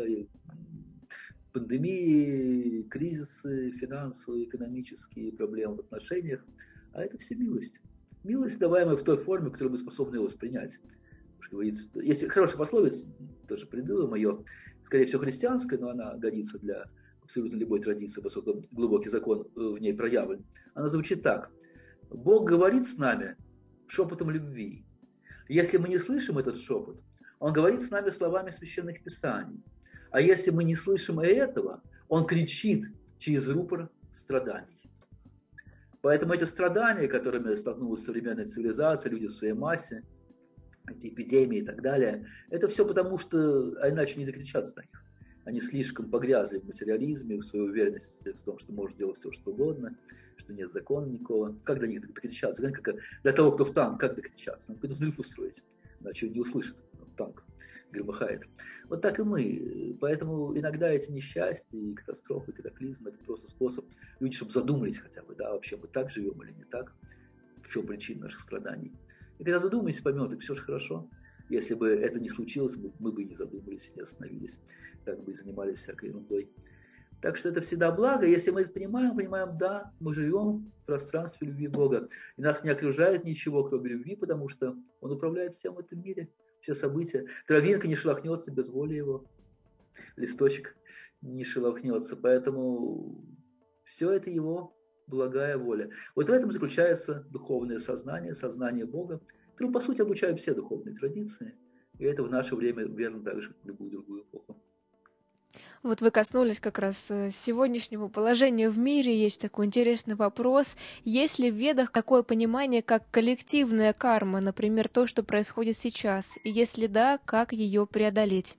пандемии, кризисы финансовые, экономические, проблемы в отношениях. А это все милость. Милость, даваемая в той форме, в которой мы способны его воспринять. Есть хорошая пословица, тоже придумала ее, скорее всего, христианская, но она годится для абсолютно любой традиции, поскольку глубокий закон в ней проявлен. Она звучит так. Бог говорит с нами шепотом любви. Если мы не слышим этот шепот, Он говорит с нами словами священных писаний. А если мы не слышим и этого, Он кричит через рупор страданий. Поэтому эти страдания, которыми столкнулась современная цивилизация, люди в своей массе, эти эпидемии и так далее, это все потому, что иначе не докричаться на них. Они слишком погрязли в материализме, в своей уверенности в том, что может делать все, что угодно, что нет закона никакого. Как до них докричаться? Для того, кто в танк, как докричаться? Надо какой-то взрыв устроить, иначе не услышит. Танк громыхает. Вот так и мы. Поэтому иногда эти несчастья, и катастрофы, и катаклизмы, это просто способ люди, чтобы задумались хотя бы, да, вообще мы так живем или не так, в чем причина наших страданий. И когда задумаетесь, поймем, так все же хорошо. Если бы это не случилось, мы бы и не задумались, не остановились, так бы и занимались всякой ерундой. Так что это всегда благо. Если мы это понимаем, да, мы живем в пространстве любви Бога. И нас не окружает ничего, кроме любви, потому что Он управляет всем в этом мире, все события. Травинка не шелохнется без воли Его, листочек не шелохнется. Поэтому все это Его благая воля. Вот в этом заключается духовное сознание Бога, которому, по сути, обучают все духовные традиции. И это в наше время верно так же, как в любую другую эпоху. Вот вы коснулись как раз сегодняшнего положения в мире. Есть такой интересный вопрос. Есть ли в Ведах такое понимание, как коллективная карма, например, то, что происходит сейчас? И если да, как ее преодолеть?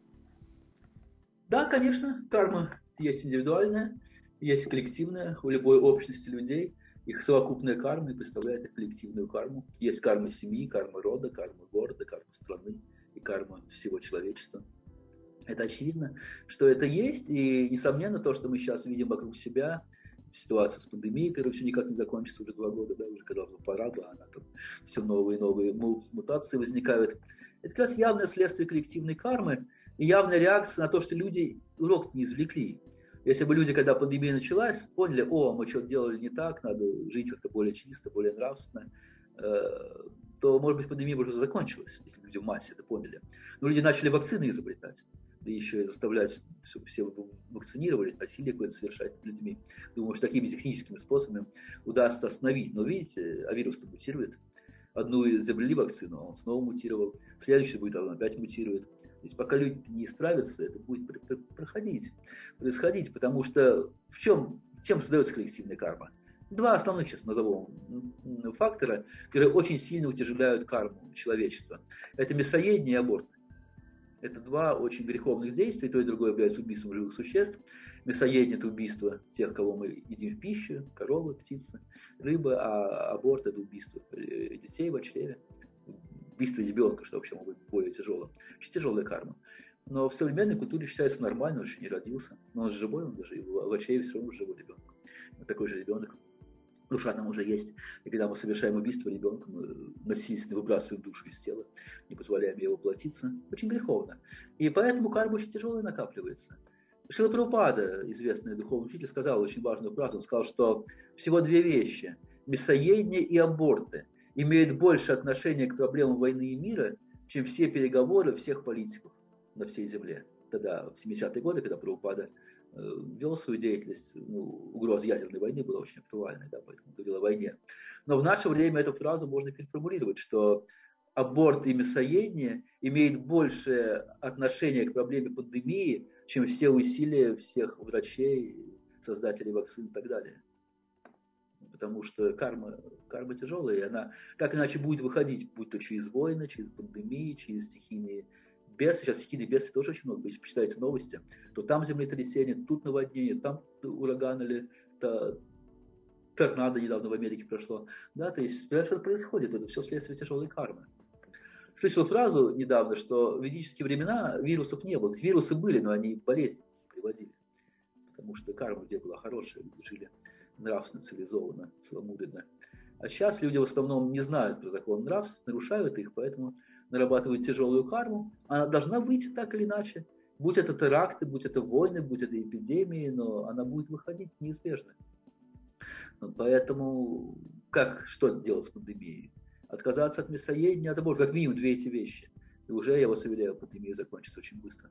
Да, конечно, карма есть индивидуальная, есть коллективная. У любой общности людей их совокупная карма и представляет их коллективную карму. Есть карма семьи, карма рода, карма города, карма страны и карма всего человечества. Это очевидно, что это есть, и, несомненно, то, что мы сейчас видим вокруг себя, ситуация с пандемией, которая все никак не закончится уже 2 года, да, уже когда пора, да, она там все новые и новые мутации возникают. Это как раз явное следствие коллективной кармы и явная реакция на то, что люди урок не извлекли. Если бы люди, когда пандемия началась, поняли, мы что-то делали не так, надо жить как-то более чисто, более нравственно, то, может быть, пандемия уже закончилась, если люди в массе это поняли. Но люди начали вакцины изобретать, да еще и заставлять, чтобы все вакцинировались, насилие какое-то совершать над людьми. Думаю, что такими техническими способами удастся остановить. Но видите, вирус-то мутирует. Одну изобрели вакцину, он снова мутировал. Следующий будет, он опять мутирует. То есть пока люди не справятся, это будет происходить. Потому что чем создается коллективная карма? Два основных, сейчас назову, фактора, которые очень сильно утяжеляют карму человечества. Это мясоедение и аборт. Это два очень греховных действия, то и другое является убийством живых существ. Мясоедение – это убийство тех, кого мы едим в пищу, коровы, птицы, рыба, а аборт – это убийство детей в чреве. Убийство ребенка, что вообще может быть более тяжелым. Очень тяжелая карма. Но в современной культуре считается нормально, он еще не родился. Но он же живой, он даже в чреве все равно живой ребенок. Такой же ребенок. Душа там уже есть. И когда мы совершаем убийство ребенка, мы насильственно выбрасываем душу из тела, не позволяем ей воплотиться. Очень греховно. И поэтому карма очень тяжелая накапливается. Шрила Прабхупада, известный духовный учитель, сказал очень важную фразу. Он сказал, что всего две вещи – мясоедение и аборты – имеют больше отношения к проблемам войны и мира, чем все переговоры всех политиков на всей земле. Тогда, в 70-е годы, когда Прабхупада вел свою деятельность, угроза ядерной войны была очень актуальной, да, поэтому говорил о войне. Но в наше время эту фразу можно переформулировать, что аборт и мясоедение имеют большее отношение к проблеме пандемии, чем все усилия всех врачей, создателей вакцин и так далее. Потому что карма тяжелая, и она как иначе будет выходить, будь то через войны, через пандемии, через стихийные бесы. Сейчас стихийные бесы тоже очень много. Если почитаете новости, то там землетрясение, тут наводнение, там ураган или торнадо недавно в Америке прошло. Да, то есть что происходит, это все следствие тяжелой кармы. Слышал фразу недавно, что в ведические времена вирусов не было. Вирусы были, но они болезни приводили. Потому что карма где была хорошая, люди жили нравственно, цивилизованно, целомудренно. А сейчас люди в основном не знают про закон нравств, нарушают их, поэтому нарабатывают тяжелую карму. Она должна выйти так или иначе. Будь это теракты, будь это войны, будь это эпидемии, но она будет выходить неизбежно. Поэтому что делать с пандемией? Отказаться от мясоедения, от аборта, как минимум две эти вещи. И уже, я вас уверяю, пандемия закончится очень быстро.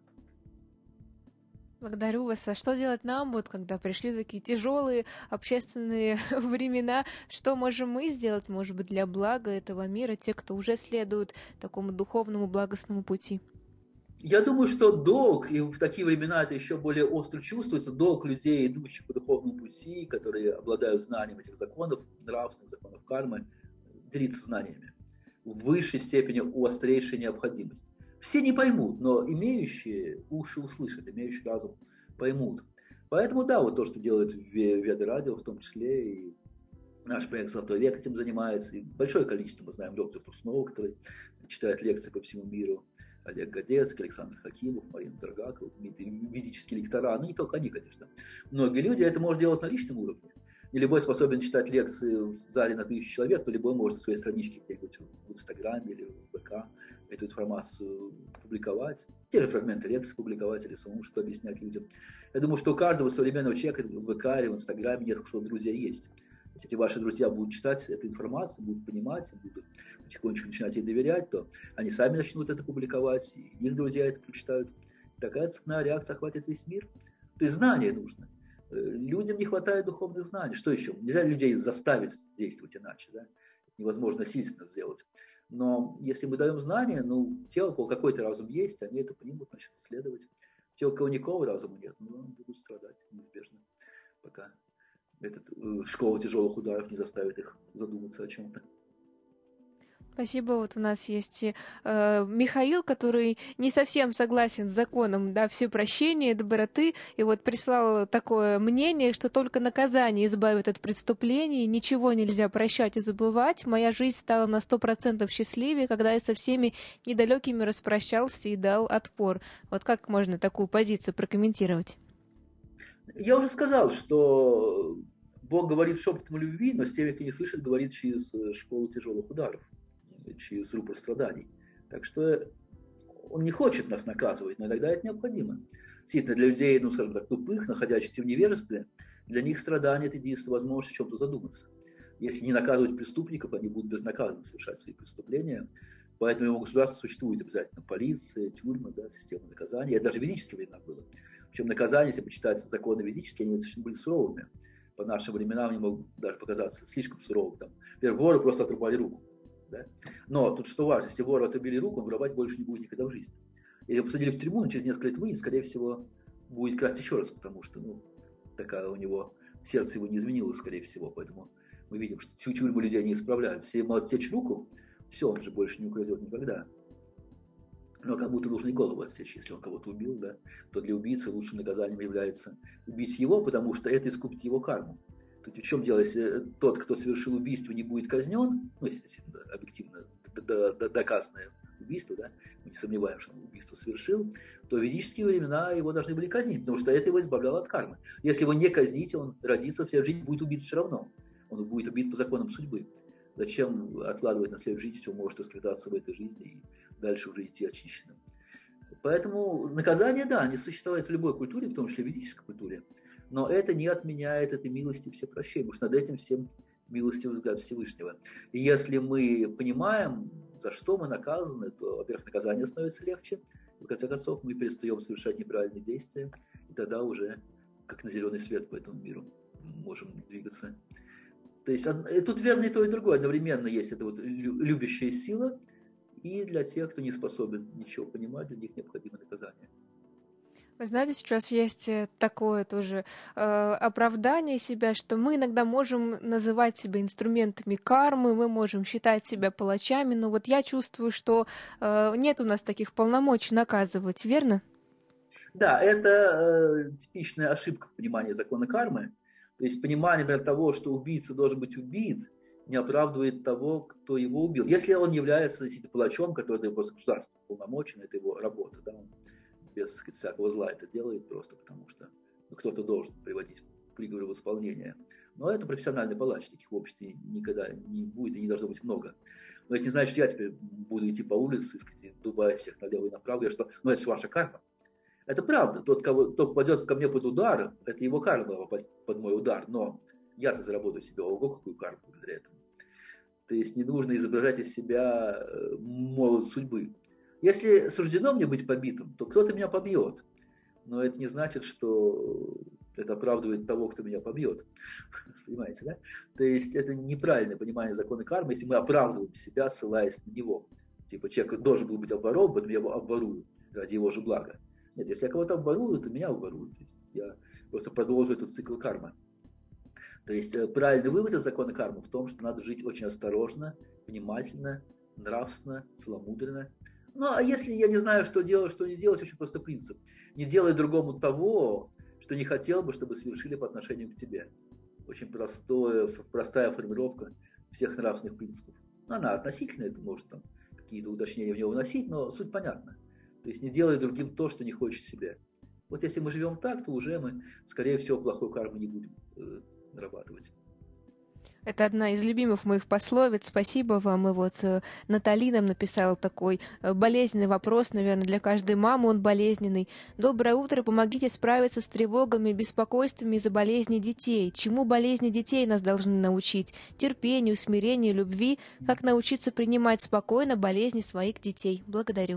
Благодарю вас. А что делать нам, вот когда пришли такие тяжелые общественные времена? Что можем мы сделать, может быть, для блага этого мира, те, кто уже следует такому духовному благостному пути? Я думаю, что долг, и в такие времена это еще более остро чувствуется, долг людей, идущих по духовному пути, которые обладают знанием этих законов, нравственных законов кармы, делиться знаниями. В высшей степени острейшая необходимость. Все не поймут, но имеющие уши услышат, имеющие разум поймут. Поэтому да, вот то, что делает Веда Радио, в том числе и наш проект «Золотой век» этим занимается. И большое количество, мы знаем, доктор Туснова, который читает лекции по всему миру, Олег Годецкий, Александр Хакимов, Марина Торгакова, Дмитрий, ведические лектора, ну не только они, конечно. Многие люди это могут делать на личном уровне. Не любой способен читать лекции в зале на 1000 человек, то любой может на своей страничке где-нибудь в Инстаграме или в ВК эту информацию публиковать, те же фрагменты лекций публиковать или самому что объяснять людям. Я думаю, что у каждого современного человека в ВК или в Инстаграме несколько друзей есть. Если эти ваши друзья будут читать эту информацию, будут понимать, будут потихонечку начинать ей доверять, то они сами начнут это публиковать, и их друзья это прочитают. Такая цепная реакция охватит весь мир. То есть знание нужно. Людям не хватает духовных знаний. Что еще? Нельзя людей заставить действовать иначе. Да? Невозможно насильственно сделать. Но если мы даем знания, те, у кого какой-то разум есть, они это примут, начнут исследовать. Те, у кого никакого разума нет, будут страдать неизбежно, пока школа тяжелых ударов не заставит их задуматься о чем-то. Спасибо. Вот у нас есть Михаил, который не совсем согласен с законом, да, всепрощения, доброты, и вот прислал такое мнение, что только наказание избавит от преступлений, ничего нельзя прощать и забывать. Моя жизнь стала на 100% счастливее, когда я со всеми недалекими распрощался и дал отпор. Вот как можно такую позицию прокомментировать? Я уже сказал, что Бог говорит шепотом любви, но с теми, кто не слышит, говорит через школу тяжелых ударов, через рупор страданий. Так что он не хочет нас наказывать, но иногда это необходимо. Действительно, для людей, скажем так, тупых, находящихся в невежестве, для них страдание – это единственная возможность о чем-то задуматься. Если не наказывать преступников, они будут безнаказанно совершать свои преступления. Поэтому у государства существует обязательно полиция, тюрьмы, да, система наказания. Это даже в ведические времена было. Причем наказания, если почитать законы ведические, они совершенно были суровыми. По нашим временам они могут даже показаться слишком суровыми. Там, например, вору просто отрубали руку. Да? Но тут что важно, если вору отрубили руку, он воровать больше не будет никогда в жизни. Если его посадили в тюрьму, он через несколько лет выйдет, скорее всего, будет красть еще раз, потому что такая у него, сердце его не изменилось, скорее всего. Поэтому мы видим, что тюрьму людей не исправляют. Если ему отсечь руку, все, он же больше не украдет никогда. Но кому-то нужно и голову отсечь, если он кого-то убил, да, то для убийцы лучшим наказанием является убить его, потому что это искупит его карму. Тут в чем дело, если тот, кто совершил убийство, не будет казнен, если объективно доказанное убийство, да, мы не сомневаемся, что он убийство совершил, то в ведические времена его должны были казнить, потому что это его избавляло от кармы. Если его не казнить, он родится, вся жизнь будет убит все равно. Он будет убит по законам судьбы. Зачем откладывать на следующую жизнь, если он может расквитаться в этой жизни и дальше уже идти очищенным. Поэтому наказание, да, не существует в любой культуре, в том числе в ведической культуре, но это не отменяет этой милости всепрощения, потому что над этим всем милостивый взгляд Всевышнего. И если мы понимаем, за что мы наказаны, то, во-первых, наказание становится легче, и в конце концов мы перестаем совершать неправильные действия, и тогда уже, как на зеленый свет по этому миру, можем двигаться. То есть тут верно и то, и другое. Одновременно есть эта вот любящая сила, и для тех, кто не способен ничего понимать, для них необходимо наказание. Вы знаете, сейчас есть такое тоже оправдание себя, что мы иногда можем называть себя инструментами кармы, мы можем считать себя палачами, но вот я чувствую, что нет у нас таких полномочий наказывать, верно? Да, это типичная ошибка в понимании закона кармы. То есть понимание, например, того, что убийца должен быть убит, не оправдывает того, кто его убил. Если он является действительно палачом, который дает просто государство полномочен, это его работа, да, он без всякого зла это делает просто потому, что кто-то должен приводить приговоры в исполнение. Но это профессиональный палач, таких в обществе никогда не будет и не должно быть много. Но это не значит, что я теперь буду идти по улице, сказать, дубая всех налево и направо, что это же ваша карма. Это правда. Тот, кто попадет ко мне под удар, это его карма попасть под мой удар. Но я-то заработаю себе, ого, какую карму благодаря этому. То есть не нужно изображать из себя молот судьбы. Если суждено мне быть побитым, то кто-то меня побьет. Но это не значит, что это оправдывает того, кто меня побьет. Понимаете, да? То есть это неправильное понимание закона кармы, если мы оправдываем себя, ссылаясь на него. Типа человек должен был быть обворован, поэтому я его обворую ради его же блага. Нет, если я кого-то обворую, то меня обворуют. То есть я просто продолжу этот цикл кармы. То есть правильный вывод из закона кармы в том, что надо жить очень осторожно, внимательно, нравственно, целомудренно. Ну, а если я не знаю, что делать, что не делать, очень просто принцип. Не делай другому того, что не хотел бы, чтобы совершили по отношению к тебе. Очень простая формулировка всех нравственных принципов. Она относительно, это может там какие-то уточнения в него вносить, но суть понятна. То есть не делай другим то, что не хочешь себе. Вот если мы живем так, то уже мы, скорее всего, плохой кармы не будем нарабатывать. Это одна из любимых моих пословиц. Спасибо вам. И вот Натали нам написала такой болезненный вопрос, наверное, для каждой мамы он болезненный. Доброе утро. Помогите справиться с тревогами, беспокойствами из-за болезней детей. Чему болезни детей нас должны научить? Терпению, смирению, любви. Как научиться принимать спокойно болезни своих детей? Благодарю.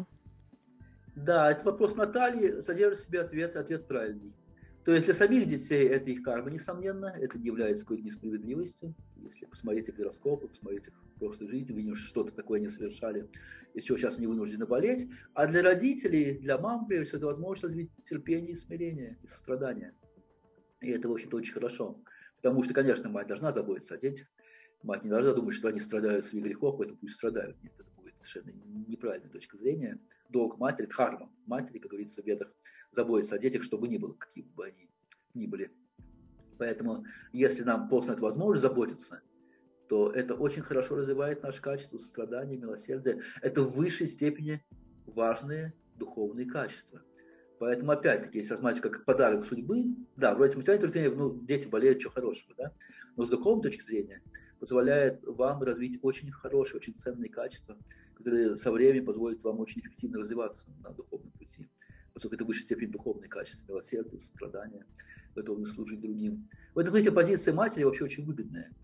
Да, этот вопрос Натальи содержит в себе ответ правильный. То есть для самих детей это их карма, несомненно, это не является какой-то несправедливостью. Если посмотреть их гороскопы, посмотреть их в прошлой жизни, вы видите, что что-то такое они совершали, из чего сейчас они вынуждены болеть. А для родителей, для мам, прежде всего, это возможность развить терпение и смирение, и сострадание. И это, в общем-то, очень хорошо. Потому что, конечно, мать должна заботиться о детях. Мать не должна думать, что они страдают своих грехов, поэтому пусть страдают. Нет, это будет совершенно неправильная точка зрения. Долг матери, дхарма матери, как говорится в ведах, заботиться о детях, чтобы ни было, какие бы они ни были. Поэтому, если нам послана эта возможность заботиться, то это очень хорошо развивает наше качество сострадания, милосердия. Это в высшей степени важные духовные качества. Поэтому, опять-таки, если рассматривать как подарок судьбы, да, вроде материальной только дети болеют, что хорошего, да, но с духовной точки зрения позволяет вам развить очень хорошие, очень ценные качества, которые со временем позволят вам очень эффективно развиваться на духовном пути. Поскольку это в высшей степени духовные качества, милосердие, сострадание, готовность служить другим. В этом смысле позиция матери вообще очень выгодная.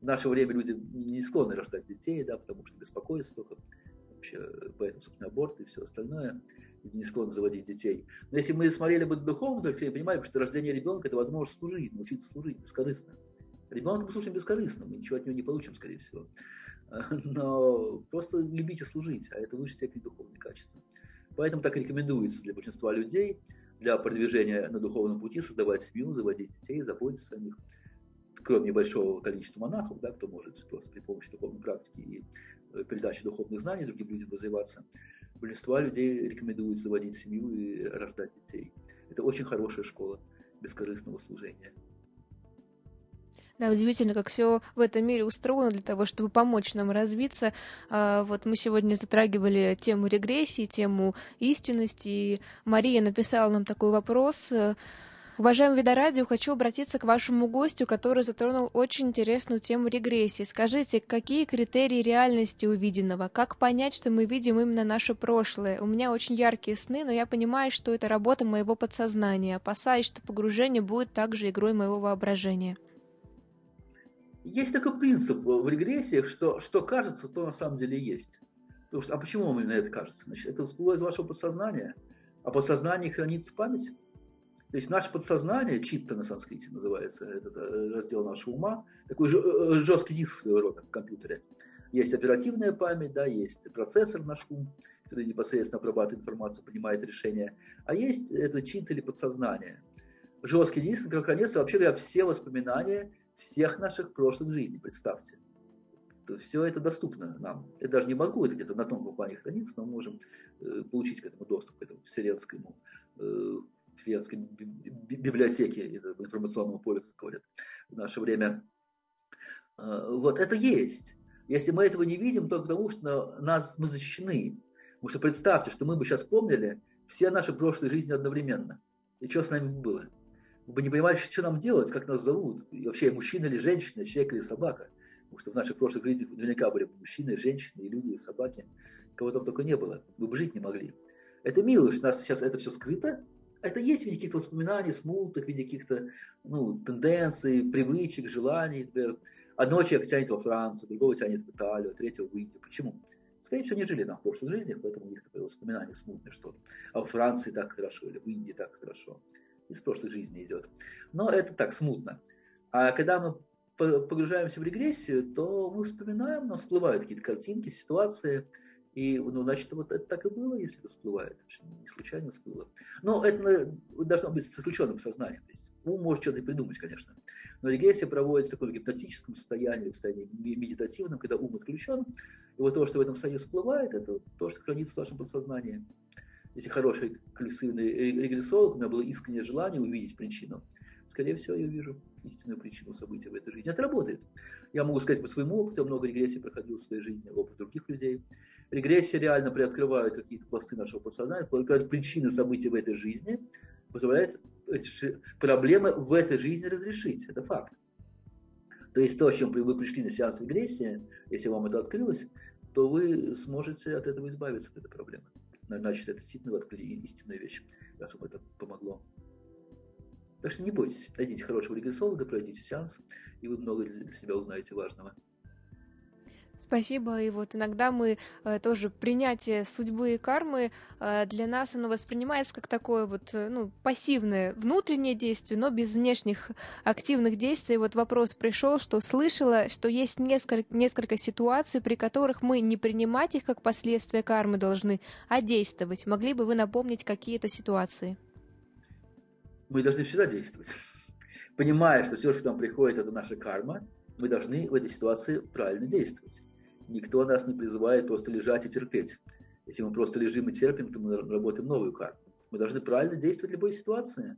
В наше время люди не склонны рождать детей, да, потому что беспокойство, вообще, поэтому, собственно, аборт и все остальное. Люди не склонны заводить детей. Но если мы смотрели бы духовно, то мы понимаем, что рождение ребенка – это возможность служить, научиться служить бескорыстно. Ребенка мы слушаем бескорыстно, мы ничего от него не получим, скорее всего. Но просто любите служить, а это высшая степень духовных качеств. Поэтому так и рекомендуется для большинства людей, для продвижения на духовном пути создавать семью, заводить детей, заботиться о них. Кроме небольшого количества монахов, да, кто может просто при помощи духовной практики и передачи духовных знаний другим людям развиваться, большинство людей рекомендуют заводить семью и рождать детей. Это очень хорошая школа бескорыстного служения. Да, удивительно, как все в этом мире устроено для того, чтобы помочь нам развиться. Вот мы сегодня затрагивали тему регрессии, тему истинности. И Мария написала нам такой вопрос. Уважаемый Видорадио, хочу обратиться к вашему гостю, который затронул очень интересную тему регрессии. Скажите, какие критерии реальности увиденного? Как понять, что мы видим именно наше прошлое? У меня очень яркие сны, но я понимаю, что это работа моего подсознания. Опасаюсь, что погружение будет также игрой моего воображения. Есть такой принцип в регрессиях, что кажется, то на самом деле есть. Потому что, а почему вам именно это кажется? Значит, это всплыло из вашего подсознания, а в подсознании хранится память. То есть наше подсознание, читта на санскрите называется, этот раздел нашего ума, такой жесткий диск своего рода в компьютере. Есть оперативная память, да, есть процессор наш ум, который непосредственно обрабатывает информацию, принимает решения, а есть это читта или подсознание. Жесткий диск, как хранится, вообще говоря, все воспоминания всех наших прошлых жизней, представьте. То все это доступно нам. Я даже не могу, это где-то на тонком плане хранится, но мы можем получить к этому доступ, к этому вселенской библиотеке, информационному полю, как говорят в наше время. Вот это есть. Если мы этого не видим, то потому что мы защищены. Потому что представьте, что мы бы сейчас помнили все наши прошлые жизни одновременно. И что с нами было? Мы бы не понимали, что нам делать, как нас зовут. И вообще, мужчина или женщина, человек или собака. Потому что в наших прошлых жизнях наверняка были мужчины, женщины, и люди, и собаки. Кого там только не было. Мы бы жить не могли. Это мило, что у нас сейчас это все скрыто. Это есть в виде каких-то воспоминаний, смутных, в виде каких-то тенденций, привычек, желаний. Например, одного человека тянет во Францию, другого тянет в Италию, третьего в Индию. Почему? Скорее всего, они жили там в прошлых жизнях, поэтому у них такое воспоминание смутное, что а во Франции так хорошо, или в Индии так хорошо. Из прошлой жизни идет. Но это так, смутно. А когда мы погружаемся в регрессию, то мы вспоминаем, нам всплывают какие-то картинки, ситуации, и, значит, вот это так и было, если это всплывает. Не случайно всплыло. Но это должно быть с исключенным сознанием. То есть ум может что-то и придумать, конечно. Но регрессия проводится в таком гипнотическом состоянии, в состоянии медитативном, когда ум отключен. И вот то, что в этом состоянии всплывает, это то, что хранится в вашем подсознании. Если хороший коллективный регрессолог, у меня было искреннее желание увидеть причину, скорее всего, я увижу истинную причину событий в этой жизни. Это работает. Я могу сказать по своему опыту, я много регрессий проходил в своей жизни, опыт других людей. Регрессия реально приоткрывает какие-то пласты нашего подсознания, открывает причины событий в этой жизни, позволяет проблемы в этой жизни разрешить. Это факт. То есть то, с чем вы пришли на сеанс регрессии, если вам это открылось, то вы сможете от этого избавиться, от этой проблемы. Значит, это действительно открыли истинную вещь, раз вам это помогло. Так что не бойтесь, найдите хорошего регрессолога, пройдите сеанс, и вы много для себя узнаете важного. Спасибо. И вот иногда мы тоже принятие судьбы и кармы для нас оно воспринимается как такое вот пассивное внутреннее действие, но без внешних активных действий. Вот вопрос пришел, что слышала, что есть несколько ситуаций, при которых мы не принимать их как последствия кармы должны, а действовать. Могли бы вы напомнить какие-то ситуации? Мы должны всегда действовать. Понимая, что все, что нам приходит, это наша карма, мы должны в этой ситуации правильно действовать. Никто нас не призывает просто лежать и терпеть. Если мы просто лежим и терпим, то мы работаем новую карту. Мы должны правильно действовать в любой ситуации.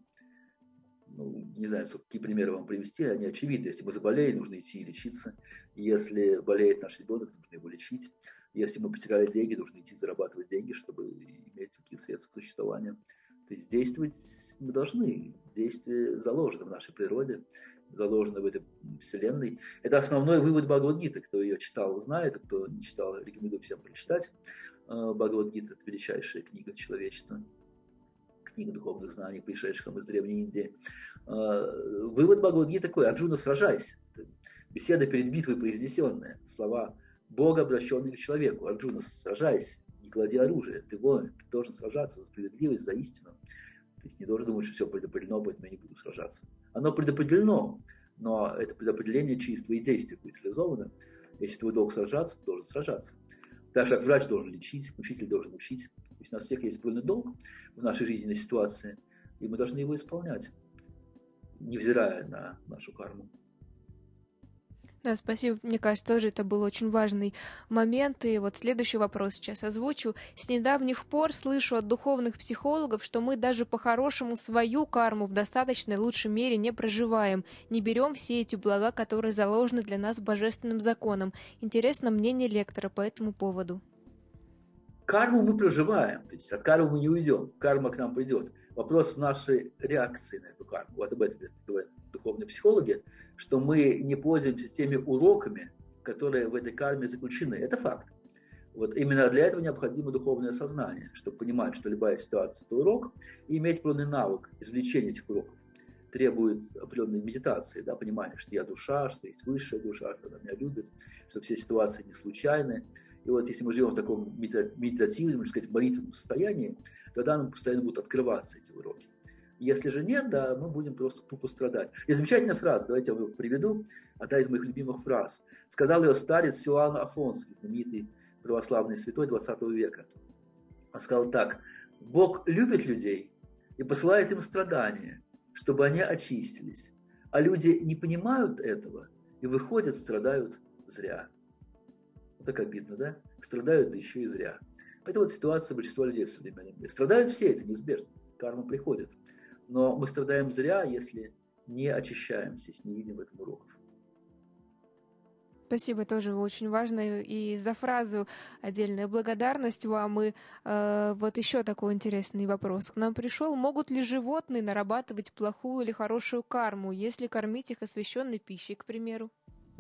Не знаю, какие примеры вам привести, они очевидны. Если мы заболеем, нужно идти и лечиться. Если болеет наш ребенок, нужно его лечить. Если мы потеряли деньги, нужно идти зарабатывать деньги, чтобы иметь какие-то средства к существованию. То есть действовать мы должны. Действие заложено в нашей природе, заложено в этой вселенной. Это основной вывод Бхагавад-гиты. Кто ее читал, знает, а кто не читал, рекомендую всем прочитать. Бхагавад-гита – это величайшая книга человечества, книга духовных знаний, пришедших из Древней Индии. Вывод Бхагавад-гиты такой: Арджуна, сражайся. беседа перед битвой произнесенная, слова Бога, обращенные к человеку. Арджуна, сражайся, не клади оружие, ты воин, ты должен сражаться за справедливость, за истину. То есть не должен думать, что все предопределено, поэтому я не буду сражаться. Оно предопределено, но это предопределение через твои действия будет реализовано. Если твой долг сражаться, ты должен сражаться. Так же, как врач должен лечить, учитель должен учить. То есть у нас всех есть определенный долг в нашей жизненной ситуации, и мы должны его исполнять, невзирая на нашу карму. Да, спасибо. Мне кажется, тоже это был очень важный момент. И вот следующий вопрос сейчас озвучу. С недавних пор слышу от духовных психологов, что мы даже по-хорошему свою карму в достаточной лучшей мере не проживаем, не берем все эти блага, которые заложены для нас божественным законом. Интересно мнение лектора по этому поводу. Карму мы проживаем, то есть от кармы мы не уйдем, карма к нам придет. Вопрос в нашей реакции на эту карму. Вот об этом говорят духовные психологи, что мы не пользуемся теми уроками, которые в этой карме заключены. Это факт. Вот именно для этого необходимо духовное сознание, чтобы понимать, что любая ситуация – это урок, и иметь полный навык извлечения этих уроков. Требует определенной медитации, да, понимания, что я душа, что есть высшая душа, что она меня любит, что все ситуации не случайны. И вот если мы живем в таком медитативном, можно сказать, молитвенном состоянии, тогда нам постоянно будут открываться эти уроки. Если же нет, да, мы будем просто тупо страдать. И замечательная фраза, давайте я вам приведу, одна из моих любимых фраз. Сказал ее старец Силуан Афонский, знаменитый православный святой 20 века. Он сказал так: Бог любит людей и посылает им страдания, чтобы они очистились. А люди не понимают этого и выходят, страдают зря. Вот так обидно, да? Страдают, да еще и зря. Это вот ситуация большинства людей в современном мире. Страдают все, это неизбежно. Карма приходит. Но мы страдаем зря, если не очищаемся, если не видим в этом уроков. Спасибо, тоже очень важно. И за фразу отдельная благодарность вам. И вот еще такой интересный вопрос. К нам пришел: могут ли животные нарабатывать плохую или хорошую карму, если кормить их освященной пищей, к примеру?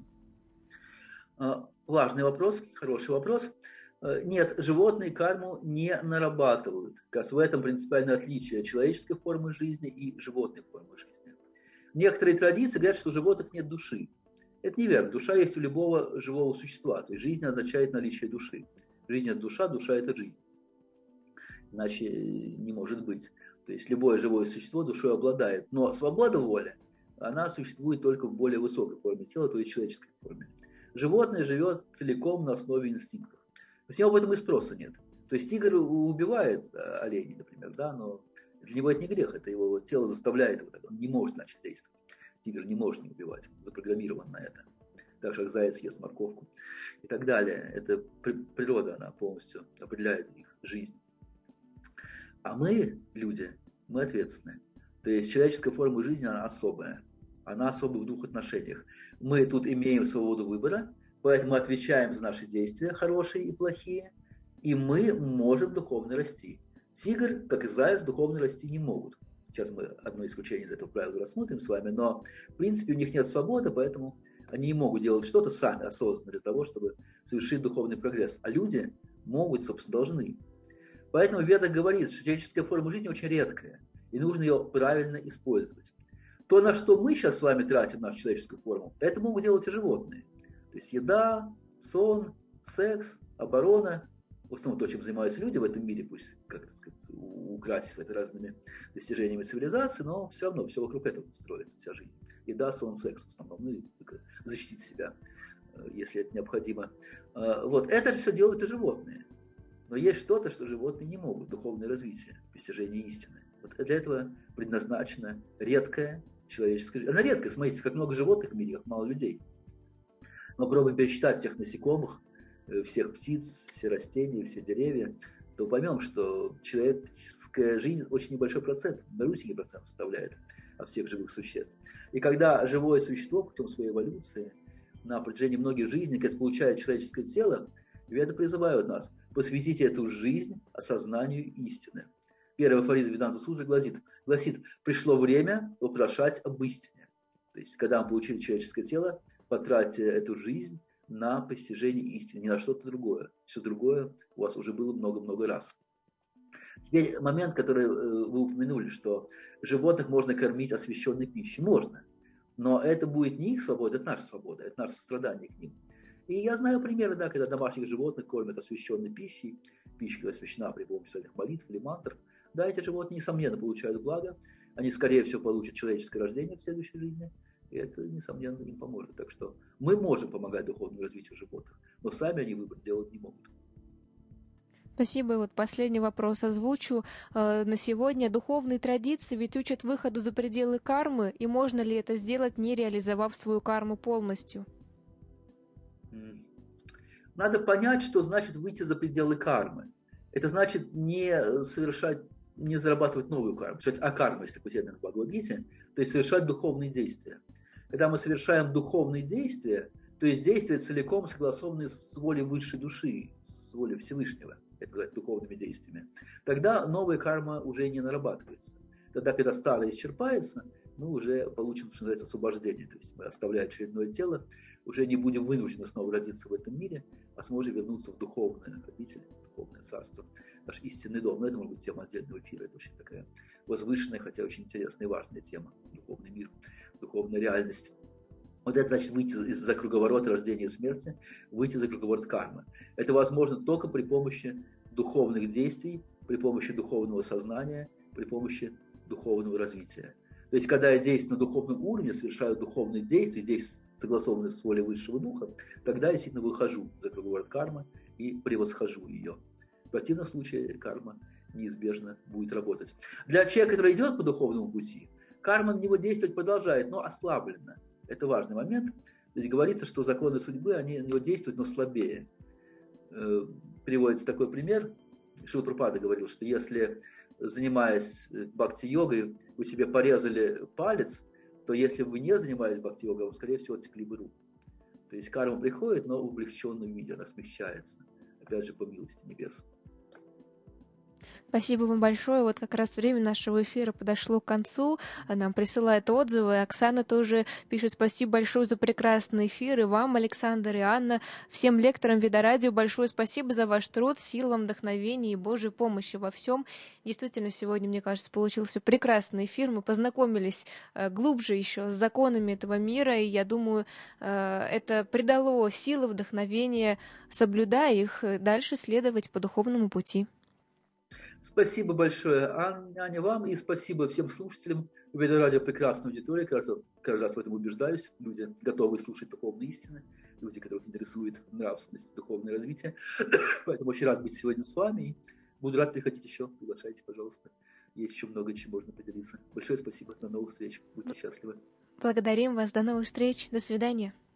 Важный вопрос, хороший вопрос. Нет, животные карму не нарабатывают. Как раз в этом принципиальное отличие человеческой формы жизни и животной формы жизни. Некоторые традиции говорят, что у животных нет души. Это неверно. Душа есть у любого живого существа. То есть жизнь означает наличие души. Жизнь – это душа, душа – это жизнь. Иначе не может быть. То есть любое живое существо душой обладает. Но свобода воли, она существует только в более высокой форме тела, то есть человеческой форме. Животное живет целиком на основе инстинктов. У него об этом и спроса нет. То есть тигр убивает оленей, например, да, но для него это не грех, это его тело заставляет его, он не может начать действовать. Тигр не может не убивать, запрограммирован на это. Так же, как заяц ест морковку и так далее. Это природа, она полностью определяет их жизнь. А мы, люди, мы ответственны. То есть человеческая форма жизни, она особая. Она особая в двух отношениях. Мы тут имеем свободу выбора, поэтому отвечаем за наши действия, хорошие и плохие, и мы можем духовно расти. Тигр, как и заяц, духовно расти не могут. Сейчас мы одно исключение из этого правила рассмотрим с вами, но в принципе у них нет свободы, поэтому они не могут делать что-то сами осознанно для того, чтобы совершить духовный прогресс. А люди могут, собственно, должны. Поэтому Веда говорит, что человеческая форма жизни очень редкая, и нужно ее правильно использовать. То, на что мы сейчас с вами тратим нашу человеческую форму, это могут делать и животные. То есть еда, сон, секс, оборона, в основном то, чем занимаются люди в этом мире, пусть, как так сказать, украсив это разными достижениями цивилизации, но все равно все вокруг этого строится, вся жизнь. Еда, сон, секс в основном, ну и защитить себя, если это необходимо. Вот это все делают и животные. Но есть что-то, что животные не могут, духовное развитие, достижение истины. Вот для этого предназначена редкая человеческая жизнь. Она редкая, смотрите, как много животных в мире, как мало людей. Мы попробуем пересчитать всех насекомых, всех птиц, все растения, все деревья, то поймем, что человеческая жизнь очень небольшой процент, малюсенький процент составляет от всех живых существ. И когда живое существо путем своей эволюции на протяжении многих жизней, когда получает человеческое тело, Веды призывают нас: посвятите эту жизнь осознанию истины. Первый афоризм Веданта Сутры гласит: пришло время вопрошать об истине. То есть, когда мы получили человеческое тело, потратьте эту жизнь на постижение истины, не на что-то другое. Все другое у вас уже было много-много раз. Теперь момент, который вы упомянули, что животных можно кормить освященной пищей. Можно. Но это будет не их свобода, это наша свобода, это наше сострадание к ним. И я знаю примеры, да, когда домашних животных кормят освященной пищей, пища освящена при помощи своих молитв или мантр. Да, эти животные, несомненно, получают благо, они, скорее всего, получат человеческое рождение в следующей жизни, и это, несомненно, им поможет. Так что мы можем помогать духовному развитию животных, но сами они выбор делать не могут. Спасибо. И вот последний вопрос озвучу. На сегодня духовные традиции ведь учат выходу за пределы кармы, и можно ли это сделать, не реализовав свою карму полностью? Надо понять, что значит выйти за пределы кармы. Это значит не совершать, не зарабатывать новую карму. То есть акарма, есть такой термин в Бхагавад-гите, то есть совершать духовные действия. Когда мы совершаем духовные действия, то есть действия целиком согласованные с волей высшей души, с волей Всевышнего, это называется духовными действиями, тогда новая карма уже не нарабатывается. Тогда, когда старая исчерпается, мы уже получим, что называется, освобождение. То есть мы, оставляя очередное тело, уже не будем вынуждены снова родиться в этом мире, а сможем вернуться в духовное обитель, в духовное царство, наш истинный дом. Но это может быть тема отдельного эфира. Это очень такая возвышенная, хотя очень интересная и важная тема. Духовный мир, духовная реальность. Вот это значит выйти из-за круговорота рождения и смерти, выйти за круговорот кармы. Это возможно только при помощи духовных действий, при помощи духовного сознания, при помощи духовного развития. То есть, когда я действую на духовном уровне, совершаю духовные действия, здесь согласованные с волей высшего духа, тогда я действительно выхожу за круговорот кармы и превосхожу ее. В противном случае карма неизбежно будет работать. Для человека, который идет по духовному пути, карма на него действовать продолжает, но ослабленно. Это важный момент. То есть говорится, что законы судьбы, они на него действуют, но слабее. Приводится такой пример. Шрила Прабхупада говорил, что если, занимаясь бхакти-йогой, вы себе порезали палец, то если бы вы не занимались бхакти-йогой, вам, скорее всего, отсекли бы руку. То есть карма приходит, но в облегченном виде, она смягчается. Опять же, по милости небес. Спасибо вам большое. Вот как раз время нашего эфира подошло к концу. Нам присылают отзывы. Оксана тоже пишет: спасибо большое за прекрасный эфир. И вам, Александр и Анна, всем лекторам Ведарадио большое спасибо за ваш труд, сил вам, вдохновения и Божьей помощи во всем. Действительно, сегодня, мне кажется, получился прекрасный эфир. Мы познакомились глубже еще с законами этого мира, и я думаю, это придало силы, вдохновения, соблюдая их, дальше следовать по духовному пути. Спасибо большое, Аня, вам, и спасибо всем слушателям. Ведарадио прекрасная аудитория, каждый раз в этом убеждаюсь. Люди готовы слушать духовные истины, люди, которых интересует нравственность, духовное развитие. Поэтому очень рад быть сегодня с вами, и буду рад приходить еще. Приглашайте, пожалуйста. Есть еще много чем можно поделиться. Большое спасибо, до новых встреч. Будьте счастливы. Благодарим вас, до новых встреч, до свидания.